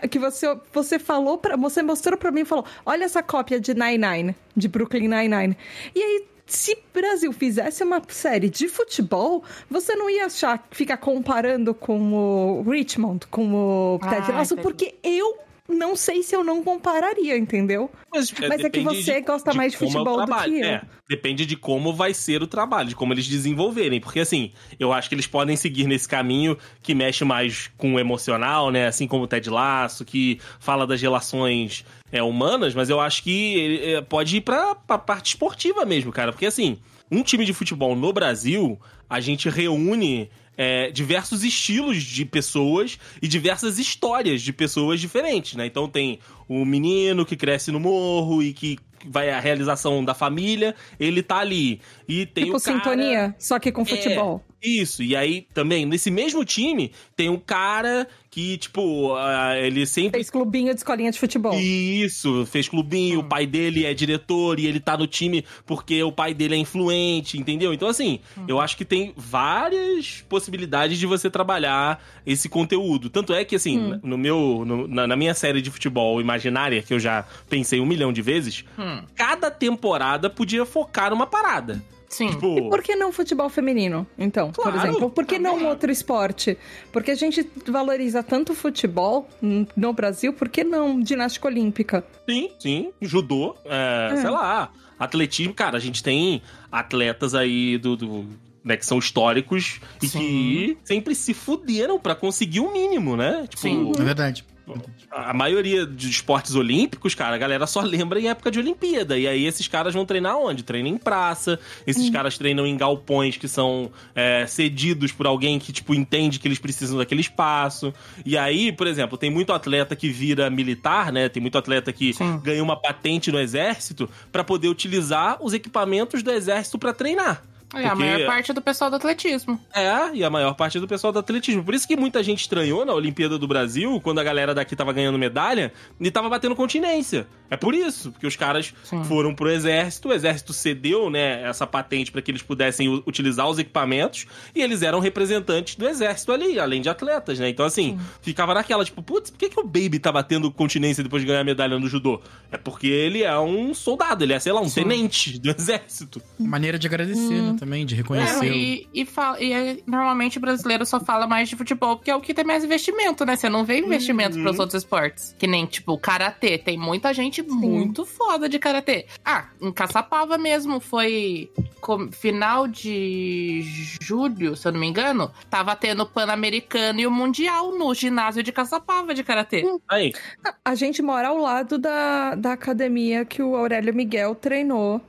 você falou, você mostrou pra mim e falou: olha essa cópia de Nine-Nine, de Brooklyn Nine-Nine. E aí, se o Brasil fizesse uma série de futebol, você não ia ficar comparando com o Richmond, com o Ted Lasso, entendi. porque eu não sei se eu não compararia, entendeu? Mas é que depende você gosta mais de como é o futebol do trabalho. que eu. É, depende de como vai ser o trabalho, de como eles desenvolverem. Porque, assim, eu acho que eles podem seguir nesse caminho que mexe mais com o emocional, né? Assim como o Ted Lasso, que fala das relações humanas, mas eu acho que pode ir pra parte esportiva mesmo, cara. Porque, assim, um time de futebol no Brasil, a gente reúne diversos estilos de pessoas e diversas histórias de pessoas diferentes, né? Então tem o menino que cresce no morro e que vai a realização da família, ele tá ali. E tem Tipo o cara... sintonia, só que com futebol. Isso, e aí também, nesse mesmo time, tem um cara que, tipo, ele sempre... Fez clubinho de escolinha de futebol. Isso, fez clubinho, o pai dele é diretor e ele tá no time porque o pai dele é influente, entendeu? Então, assim, eu acho que tem várias possibilidades de você trabalhar esse conteúdo. Tanto é que, assim, na minha série de futebol imaginária, que eu já pensei 1 milhão de vezes, cada temporada podia focar numa parada. Sim. Tipo, E por que não futebol feminino, então, Claro. por exemplo? Por que não outro esporte? Porque a gente valoriza tanto o futebol no Brasil, por que não ginástica olímpica? sim, judô, sei lá, atletismo. Cara, a gente tem atletas aí né, que são históricos e que sempre se fuderam pra conseguir o mínimo, né? Tipo, Sim. É verdade. a maioria de esportes olímpicos, cara, a galera só lembra em época de Olimpíada. E aí esses caras vão treinar onde? Treinam em praça, esses caras treinam em galpões que são cedidos por alguém que, tipo, entende que eles precisam daquele espaço. E aí, por exemplo, tem muito atleta que vira militar, né? Tem muito atleta que ganha uma patente no exército pra poder utilizar os equipamentos do exército pra treinar. É a maior parte do pessoal do atletismo. E a maior parte do pessoal do atletismo. Por isso que muita gente estranhou na Olimpíada do Brasil, quando a galera daqui tava ganhando medalha e tava batendo continência. É por isso, porque os caras foram pro exército, o exército cedeu, né, essa patente para que eles pudessem utilizar os equipamentos, e eles eram representantes do exército ali, além de atletas, né? Então, assim, ficava naquela, tipo, putz, por que o Baby tá batendo continência depois de ganhar a medalha no judô? É porque ele é um soldado, ele é, sei lá, um tenente do exército. Maneira de agradecer, né, também, de reconhecer. Normalmente o brasileiro só fala mais de futebol porque é o que tem mais investimento, né? Você não vê investimento pros outros esportes. Que nem, tipo, karatê. Tem muita gente muito foda de karatê. Em Caçapava mesmo, foi final de julho, se eu não me engano, tava tendo o Pan-Americano e o Mundial no ginásio de Caçapava de karatê. Aí. A gente mora ao lado da academia que o Aurélio Miguel treinou.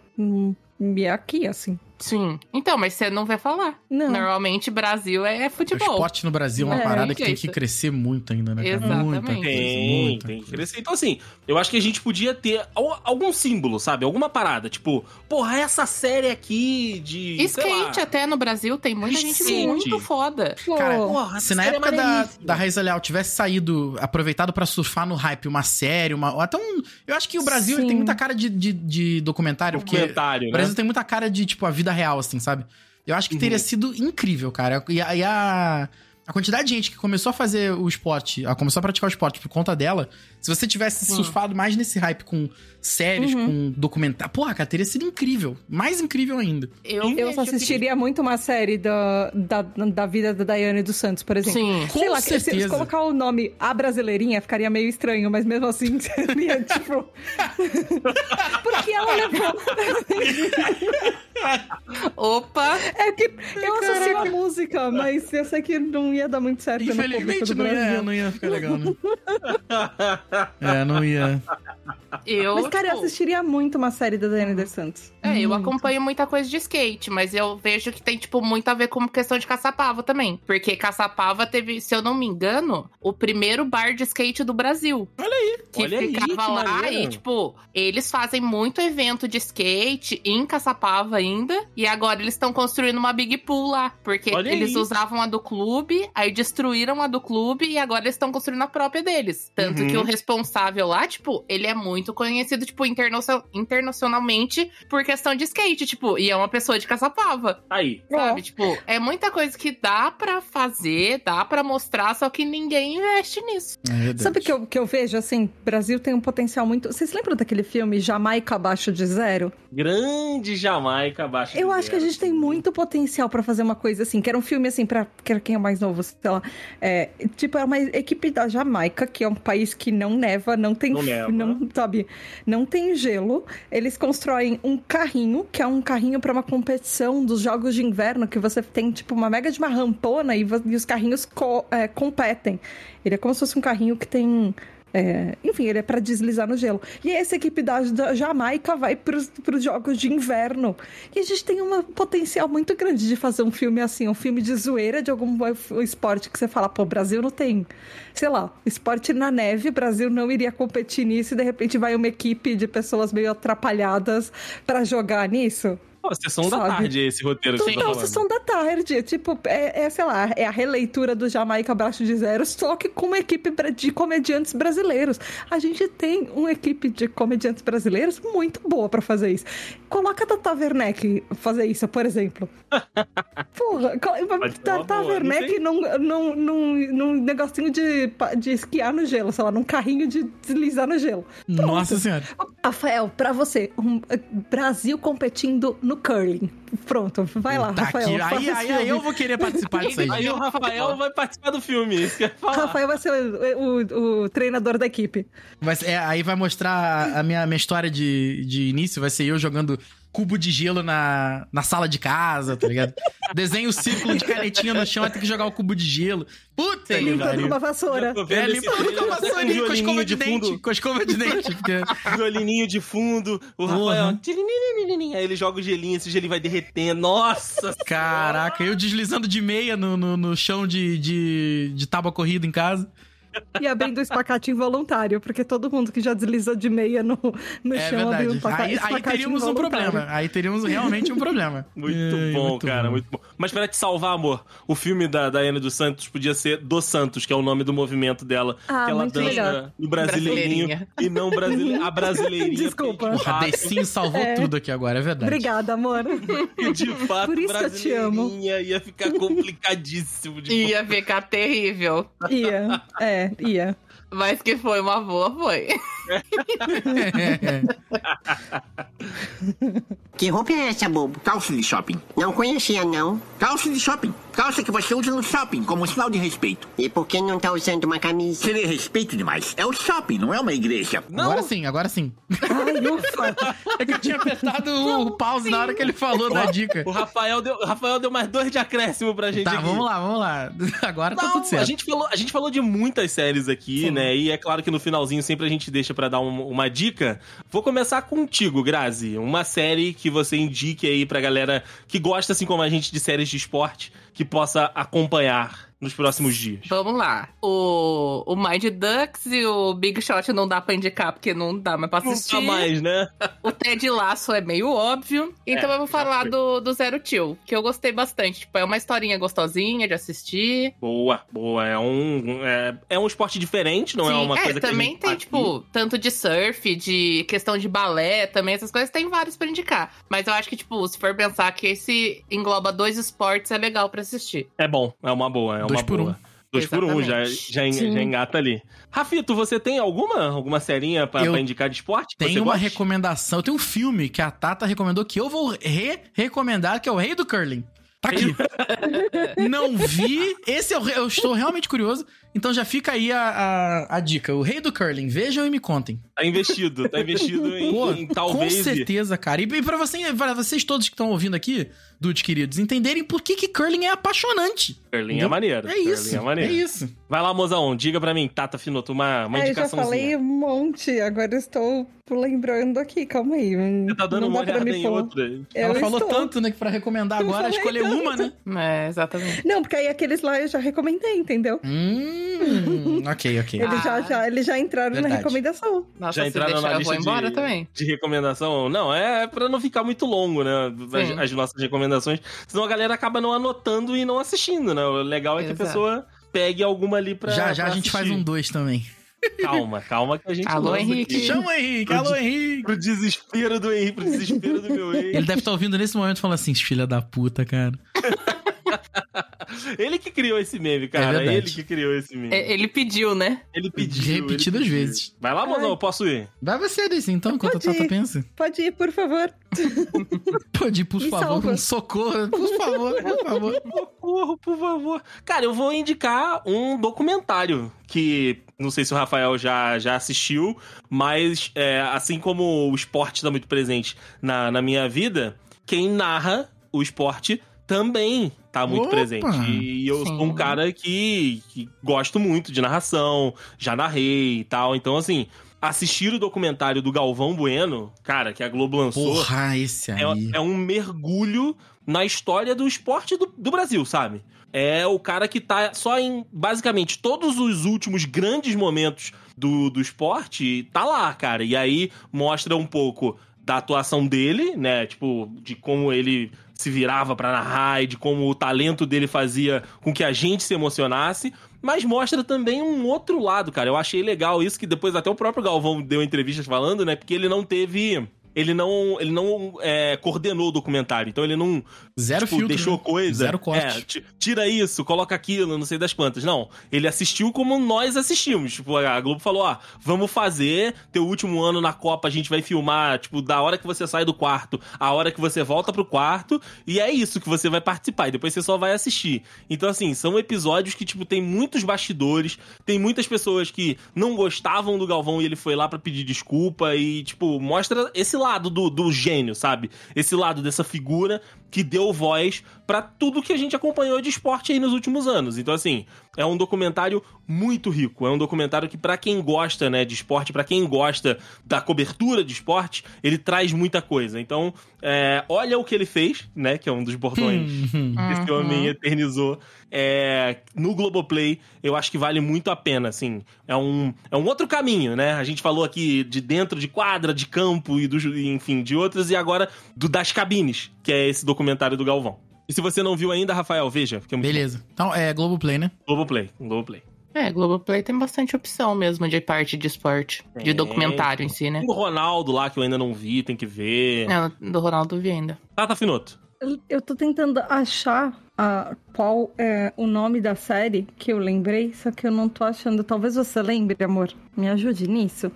E aqui, assim. Sim. Então, mas você não vai falar. Não. Normalmente, Brasil é O futebol. esporte no Brasil é uma parada que tem que jeito. crescer muito ainda, né, cara? Exatamente. Muita coisa, Tem muita que coisa. crescer. Então, assim, eu acho que a gente podia ter algum símbolo, sabe? Alguma parada. Tipo, porra, essa série aqui de. sei Skate lá. até no Brasil tem muita gente Skate. muito foda. Cara, Porra, se na essa série é época maneiríssima. da Raíza Leal tivesse saído, aproveitado pra surfar no hype uma série, ou até um... Eu acho que o Brasil ele tem muita cara de documentário, porque Documentário, o Brasil né? tem muita cara de, tipo, a vida real, assim, sabe? Eu acho que teria sido incrível, cara. E a quantidade de gente que começou a fazer o esporte, começou a praticar o esporte por conta dela, se você tivesse surfado mais nesse hype com séries, com documentário... Porra, cara, teria sido incrível. Mais incrível ainda. Eu só assistiria muito uma série da vida da Daiane dos Santos, por exemplo. Sim. Sei Com lá, se certeza. colocar o nome A Brasileirinha, ficaria meio estranho, mas mesmo assim seria, tipo... Porque ela levou... Opa! É que eu associo a música, mas eu sei que não ia dar muito certo no público Infelizmente do Brasil. não ia ficar legal, né? Não ia. Mas, cara, eu assistiria muito uma série da Daiane dos Santos. Eu acompanho muita coisa de skate, mas eu vejo que tem, tipo, muito a ver com questão de Caçapava também. Porque Caçapava teve, se eu não me engano, o primeiro bar de skate do Brasil. Que Olha aí, ficava que lá maneiro. e, tipo, eles fazem muito evento de skate em Caçapava ainda. E agora eles estão construindo uma Big Pool lá. Porque Olha eles aí. usavam a do clube, aí destruíram a do clube e agora eles estão construindo a própria deles. Tanto que o responsável lá, tipo, ele é muito conhecido, tipo, internacionalmente por questão de skate, tipo, e é uma pessoa de Caçapava. Aí. Sabe, tipo, é muita coisa que dá pra fazer, dá pra mostrar, só que ninguém investe nisso. É verdade. Sabe o que eu vejo, assim? Brasil tem um potencial muito... Vocês lembram daquele filme Jamaica Abaixo de Zero? Grande Jamaica abaixo. Eu acho que a gente tem muito potencial pra fazer uma coisa assim, que era um filme assim, pra quem é mais novo, sei lá. Tipo, é uma equipe da Jamaica, que é um país que não neva, não tem... Não neva. Não tem gelo. Eles constroem um carrinho, que é um carrinho pra uma competição dos jogos de inverno, que você tem, tipo, uma mega de uma rampona e os carrinhos competem. Ele é como se fosse um carrinho que tem... enfim, ele é pra deslizar no gelo. E essa equipe da Jamaica vai pros jogos de inverno. E a gente tem um potencial muito grande de fazer um filme assim, um filme de zoeira de algum esporte que você fala, pô, Brasil não tem, sei lá, esporte na neve, Brasil não iria competir nisso e de repente vai uma equipe de pessoas meio atrapalhadas pra jogar nisso. Pô, sessão da Sabe? tarde esse roteiro que você tá Total, falando. sessão da tarde. Tipo, sei lá, é a releitura do Jamaica Abaixo de Zero, só que com uma equipe de comediantes brasileiros. A gente tem uma equipe de comediantes brasileiros muito boa pra fazer isso. Coloca a Tata Werneck fazer isso, por exemplo. Porra, Tata Werneck num negocinho de esquiar no gelo, sei lá, num carrinho de deslizar no gelo. Pronto. Nossa senhora. Rafael, pra você, Brasil competindo no curling. Pronto, vai lá, Tá Rafael. aqui. faça esse Aí filme. eu vou querer participar disso aí. Aí o Rafael vai participar do filme, isso que eu ia falar. Rafael vai ser o treinador da equipe. Aí vai mostrar a minha história de início, vai ser eu jogando cubo de gelo na sala de casa, tá ligado? Desenho o círculo de canetinha no chão, vai ter que jogar o cubo de gelo. Puta que Limpando com pariu. uma vassoura. Tô vendo esse Limpando com trailer, a até vassourinha, com a escova de fundo, dente. Com a escova de dente. Porque... violininho de fundo, o Rafael... Uhum. Aí ele joga o gelinho, esse gelinho vai derretendo. Nossa! Caraca, eu deslizando de meia no chão de tábua corrida em casa. E abrindo o espacate involuntário, porque todo mundo que já deslizou de meia no chão abriu um Aí espacate teríamos um involuntário. problema. Aí teríamos realmente um problema. Muito bom, cara, muito bom. Mas pra te salvar, amor, o filme da Daiane dos Santos podia ser Dos Santos, que é o nome do movimento dela. Ah, que ela muito dança melhor. no brasileirinho Brasileirinha. e não a brasileirinha. Desculpa. porque, de A fato, Decinho salvou tudo aqui agora, é verdade. Obrigada, amor. de fato, Por isso que eu te amo. brasileirinha ia ficar complicadíssimo. De Ia ficar terrível. Ia. Mas que foi uma boa, foi. Que roupa é essa, bobo? Calça de shopping. Não conhecia, não. Calça de shopping. Calça que você usa no shopping como sinal de respeito. E por que não tá usando uma camisa? Seria respeito demais. É o shopping, não é uma igreja. Agora sim, agora sim. Ai, ufa. É que eu tinha apertado o pause na hora que ele falou da dica. O Rafael deu mais 2 de acréscimo pra gente Tá, aqui. vamos lá. Agora tá Não, tudo certo. a gente falou de muitas séries aqui, né? E é claro que no finalzinho sempre a gente deixa pra dar uma dica. Vou começar contigo, Grazi. Uma série que você indique aí pra galera que gosta, assim como a gente, de séries de esporte, que possa acompanhar nos próximos dias. Vamos lá. O Mind Ducks e o Big Shot não dá pra indicar, porque não dá mais pra assistir. Nunca mais, né? O Ted Lasso é meio óbvio. Então eu vou falar do Zero Chill, que eu gostei bastante. Tipo, é uma historinha gostosinha de assistir. Boa. É um esporte diferente, não é uma coisa que a também gente tem, faz tipo, tanto de surf, de questão de balé, também essas coisas, tem vários pra indicar. Mas eu acho que, tipo, se for pensar que esse engloba 2 esportes, é legal pra assistir. É bom, é uma boa. 2 por 1. 2 por 1, já Exatamente. engata ali. Rafito, você tem alguma serinha pra indicar de esporte? que Tem você uma goste? recomendação. Eu tenho um filme que a Tata recomendou que eu vou recomendar, que é o Rei do Curling. Tá aqui. Não vi. Esse eu estou realmente curioso. Então já fica aí a dica. O Rei do Curling. Vejam e me contem. Tá investido em talvez... Com certeza, cara. E pra vocês todos que estão ouvindo aqui, dudes queridos, entenderem por que curling é apaixonante. Curling é maneiro. É isso. Curling é maneiro. Vai lá, mozão. Diga pra mim, Tata Finoto, uma Eu já indicaçãozinha. falei um monte, agora eu estou lembrando aqui, calma aí. Você tá dando não uma dá pra olhada me em pôr. outra. Ela Eu falou estou. tanto, né, que pra recomendar Eu agora, falei escolher tanto. uma, né? É, exatamente. Não, porque aí aqueles lá eu já recomendei, entendeu? Ok. Eles já entraram na Verdade. recomendação. Nossa, Já se entraram deixar, na eu lista vou embora também. de recomendação? Não, é pra não ficar muito longo, né? Sim. As nossas recomendações. Senão a galera acaba não anotando e não assistindo, né? O legal é que Exato. a pessoa pegue alguma ali pra Já pra a gente faz assistir. um 2 também. Calma que a gente Alô, lança Henrique. aqui. Chama o Henrique. Alô, Henrique. Pro desespero do Henrique, pro desespero do meu ex. Ele deve estar ouvindo nesse momento falando assim, filha da puta, cara. Ele que criou esse meme, É cara. verdade. Ele que criou esse meme. Ele pediu, né? Ele pediu. Repetidas ele pediu. vezes. Vai lá, mozão, eu posso ir? Vai você, Desse, então, enquanto a Pode Tata ir. pensa. Pode ir, por favor. Pode ir, por Me favor, salva. um socorro. Por favor. Socorro, por favor. Cara, eu vou indicar um documentário que não sei se o Rafael já assistiu, mas assim como o esporte está muito presente na minha vida, quem narra o esporte também tá muito Opa! presente. E eu Sim. sou um cara que gosto muito de narração, já narrei e tal. Então, assim, assistir o documentário do Galvão Bueno, cara, que a Globo lançou, Porra, esse aí. é um mergulho na história do esporte do Brasil, sabe? É o cara que tá só em, basicamente, todos os últimos grandes momentos do esporte, tá lá, cara. E aí mostra um pouco da atuação dele, né? Tipo, de como ele se virava pra narrar e de como o talento dele fazia com que a gente se emocionasse. Mas mostra também um outro lado, cara. Eu achei legal isso, que depois até o próprio Galvão deu entrevistas falando, né? Porque ele não teve ele não coordenou o documentário. Então ele não Zero filtro, deixou né? coisa. Zero corte. Tira isso, coloca aquilo, não sei das quantas. Não, ele assistiu como nós assistimos. Tipo, a Globo falou, vamos fazer, teu último ano na Copa a gente vai filmar, tipo, da hora que você sai do quarto, a hora que você volta pro quarto, e é isso que você vai participar, e depois você só vai assistir. Então, assim, são episódios que, tipo, tem muitos bastidores, tem muitas pessoas que não gostavam do Galvão e ele foi lá pra pedir desculpa e, tipo, mostra esse lado do gênio, sabe? Esse lado dessa figura que deu voz pra tudo que a gente acompanhou de esporte aí nos últimos anos. Então, assim, é um documentário muito rico. É um documentário que, pra quem gosta, né, de esporte, pra quem gosta da cobertura de esporte, ele traz muita coisa. Então, olha o que ele fez, né, que é um dos bordões que esse homem eternizou. No Globoplay, eu acho que vale muito a pena, assim. É um outro caminho, né? A gente falou aqui de dentro de quadra, de campo e enfim, de outros, e agora das cabines, que é esse documentário do Galvão. E se você não viu ainda, Rafael, veja. Porque é muito Beleza. bom. Então, Globoplay, né? Globoplay. Globoplay tem bastante opção mesmo de parte de esporte, de documentário em si, né? Tem o Ronaldo lá, que eu ainda não vi, tem que ver. Do Ronaldo vi ainda. Tata Finoto. Eu tô tentando achar qual é o nome da série que eu lembrei, só que eu não tô achando. Talvez você lembre, amor. Me ajude nisso.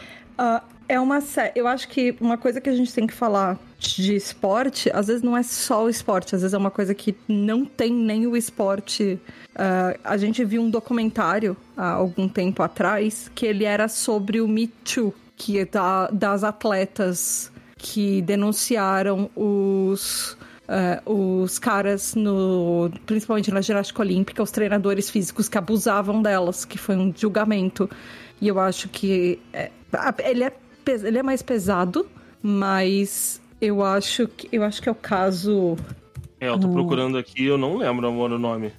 É uma série. Eu acho que uma coisa que a gente tem que falar de esporte, às vezes não é só o esporte, às vezes é uma coisa que não tem nem o esporte. A gente viu um documentário há algum tempo atrás que ele era sobre o Me Too, que é das atletas que denunciaram os caras, principalmente na ginástica olímpica, os treinadores físicos que abusavam delas, que foi um julgamento. E eu acho que ele é mais pesado, mas eu acho que é o caso... Eu tô procurando aqui, eu não lembro, amor, o nome.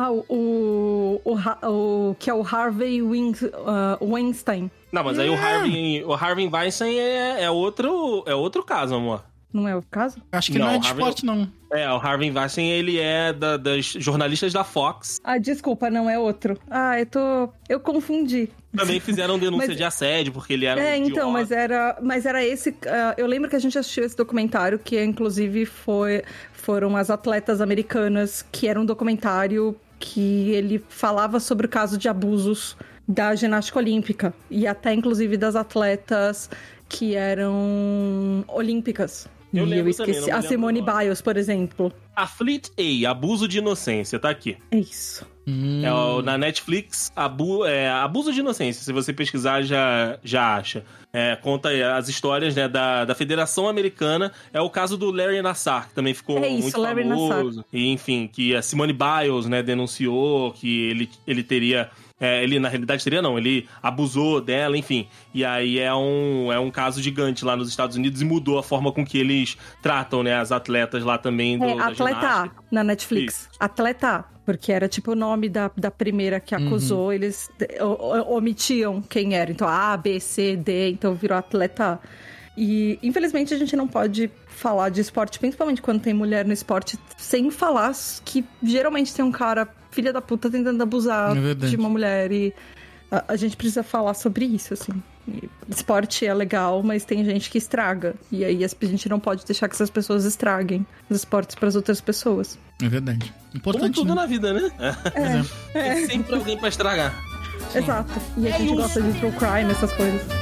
Que é o Harvey Weinstein. Não, mas aí o Harvey Weinstein é outro caso, amor. Não é o caso? Acho que não é de esporte, não. O Harvey Weinstein, ele é das jornalistas da Fox. Desculpa, não é outro. Eu confundi. Também fizeram denúncia de assédio, porque ele era um idiota. Então, mas era esse... eu lembro que a gente assistiu esse documentário, que inclusive foram as atletas americanas, que era um documentário que ele falava sobre o caso de abusos da ginástica olímpica. E até, inclusive, das atletas que eram olímpicas. Eu esqueci. também, a Simone Biles, por exemplo. A Fleet A, Abuso de Inocência, tá aqui. É isso. Na Netflix, Abuso de Inocência. Se você pesquisar, já acha. Conta as histórias, né, da Federação Americana. É o caso do Larry Nassar, que também ficou muito Larry famoso. Nassar. E, enfim, que a Simone Biles, né, denunciou que ele teria... ele, na realidade, ele abusou dela, enfim. E aí é um caso gigante lá nos Estados Unidos e mudou a forma com que eles tratam, né, as atletas lá também da Atleta ginástica. A, na Netflix. Isso. Atleta A, porque era tipo o nome da primeira que acusou, eles omitiam quem era. Então A, B, C, D, então virou Atleta A. E, infelizmente, a gente não pode falar de esporte, principalmente quando tem mulher no esporte, sem falar que geralmente tem um cara... filha da puta tentando abusar de uma mulher, e a gente precisa falar sobre isso, assim. Esporte é legal, mas tem gente que estraga, e aí a gente não pode deixar que essas pessoas estraguem os esportes para as outras pessoas. É verdade. Importante, Como tudo né? na vida, né? Tem sempre alguém pra estragar. Exato. E a gente gosta de true crime, essas coisas.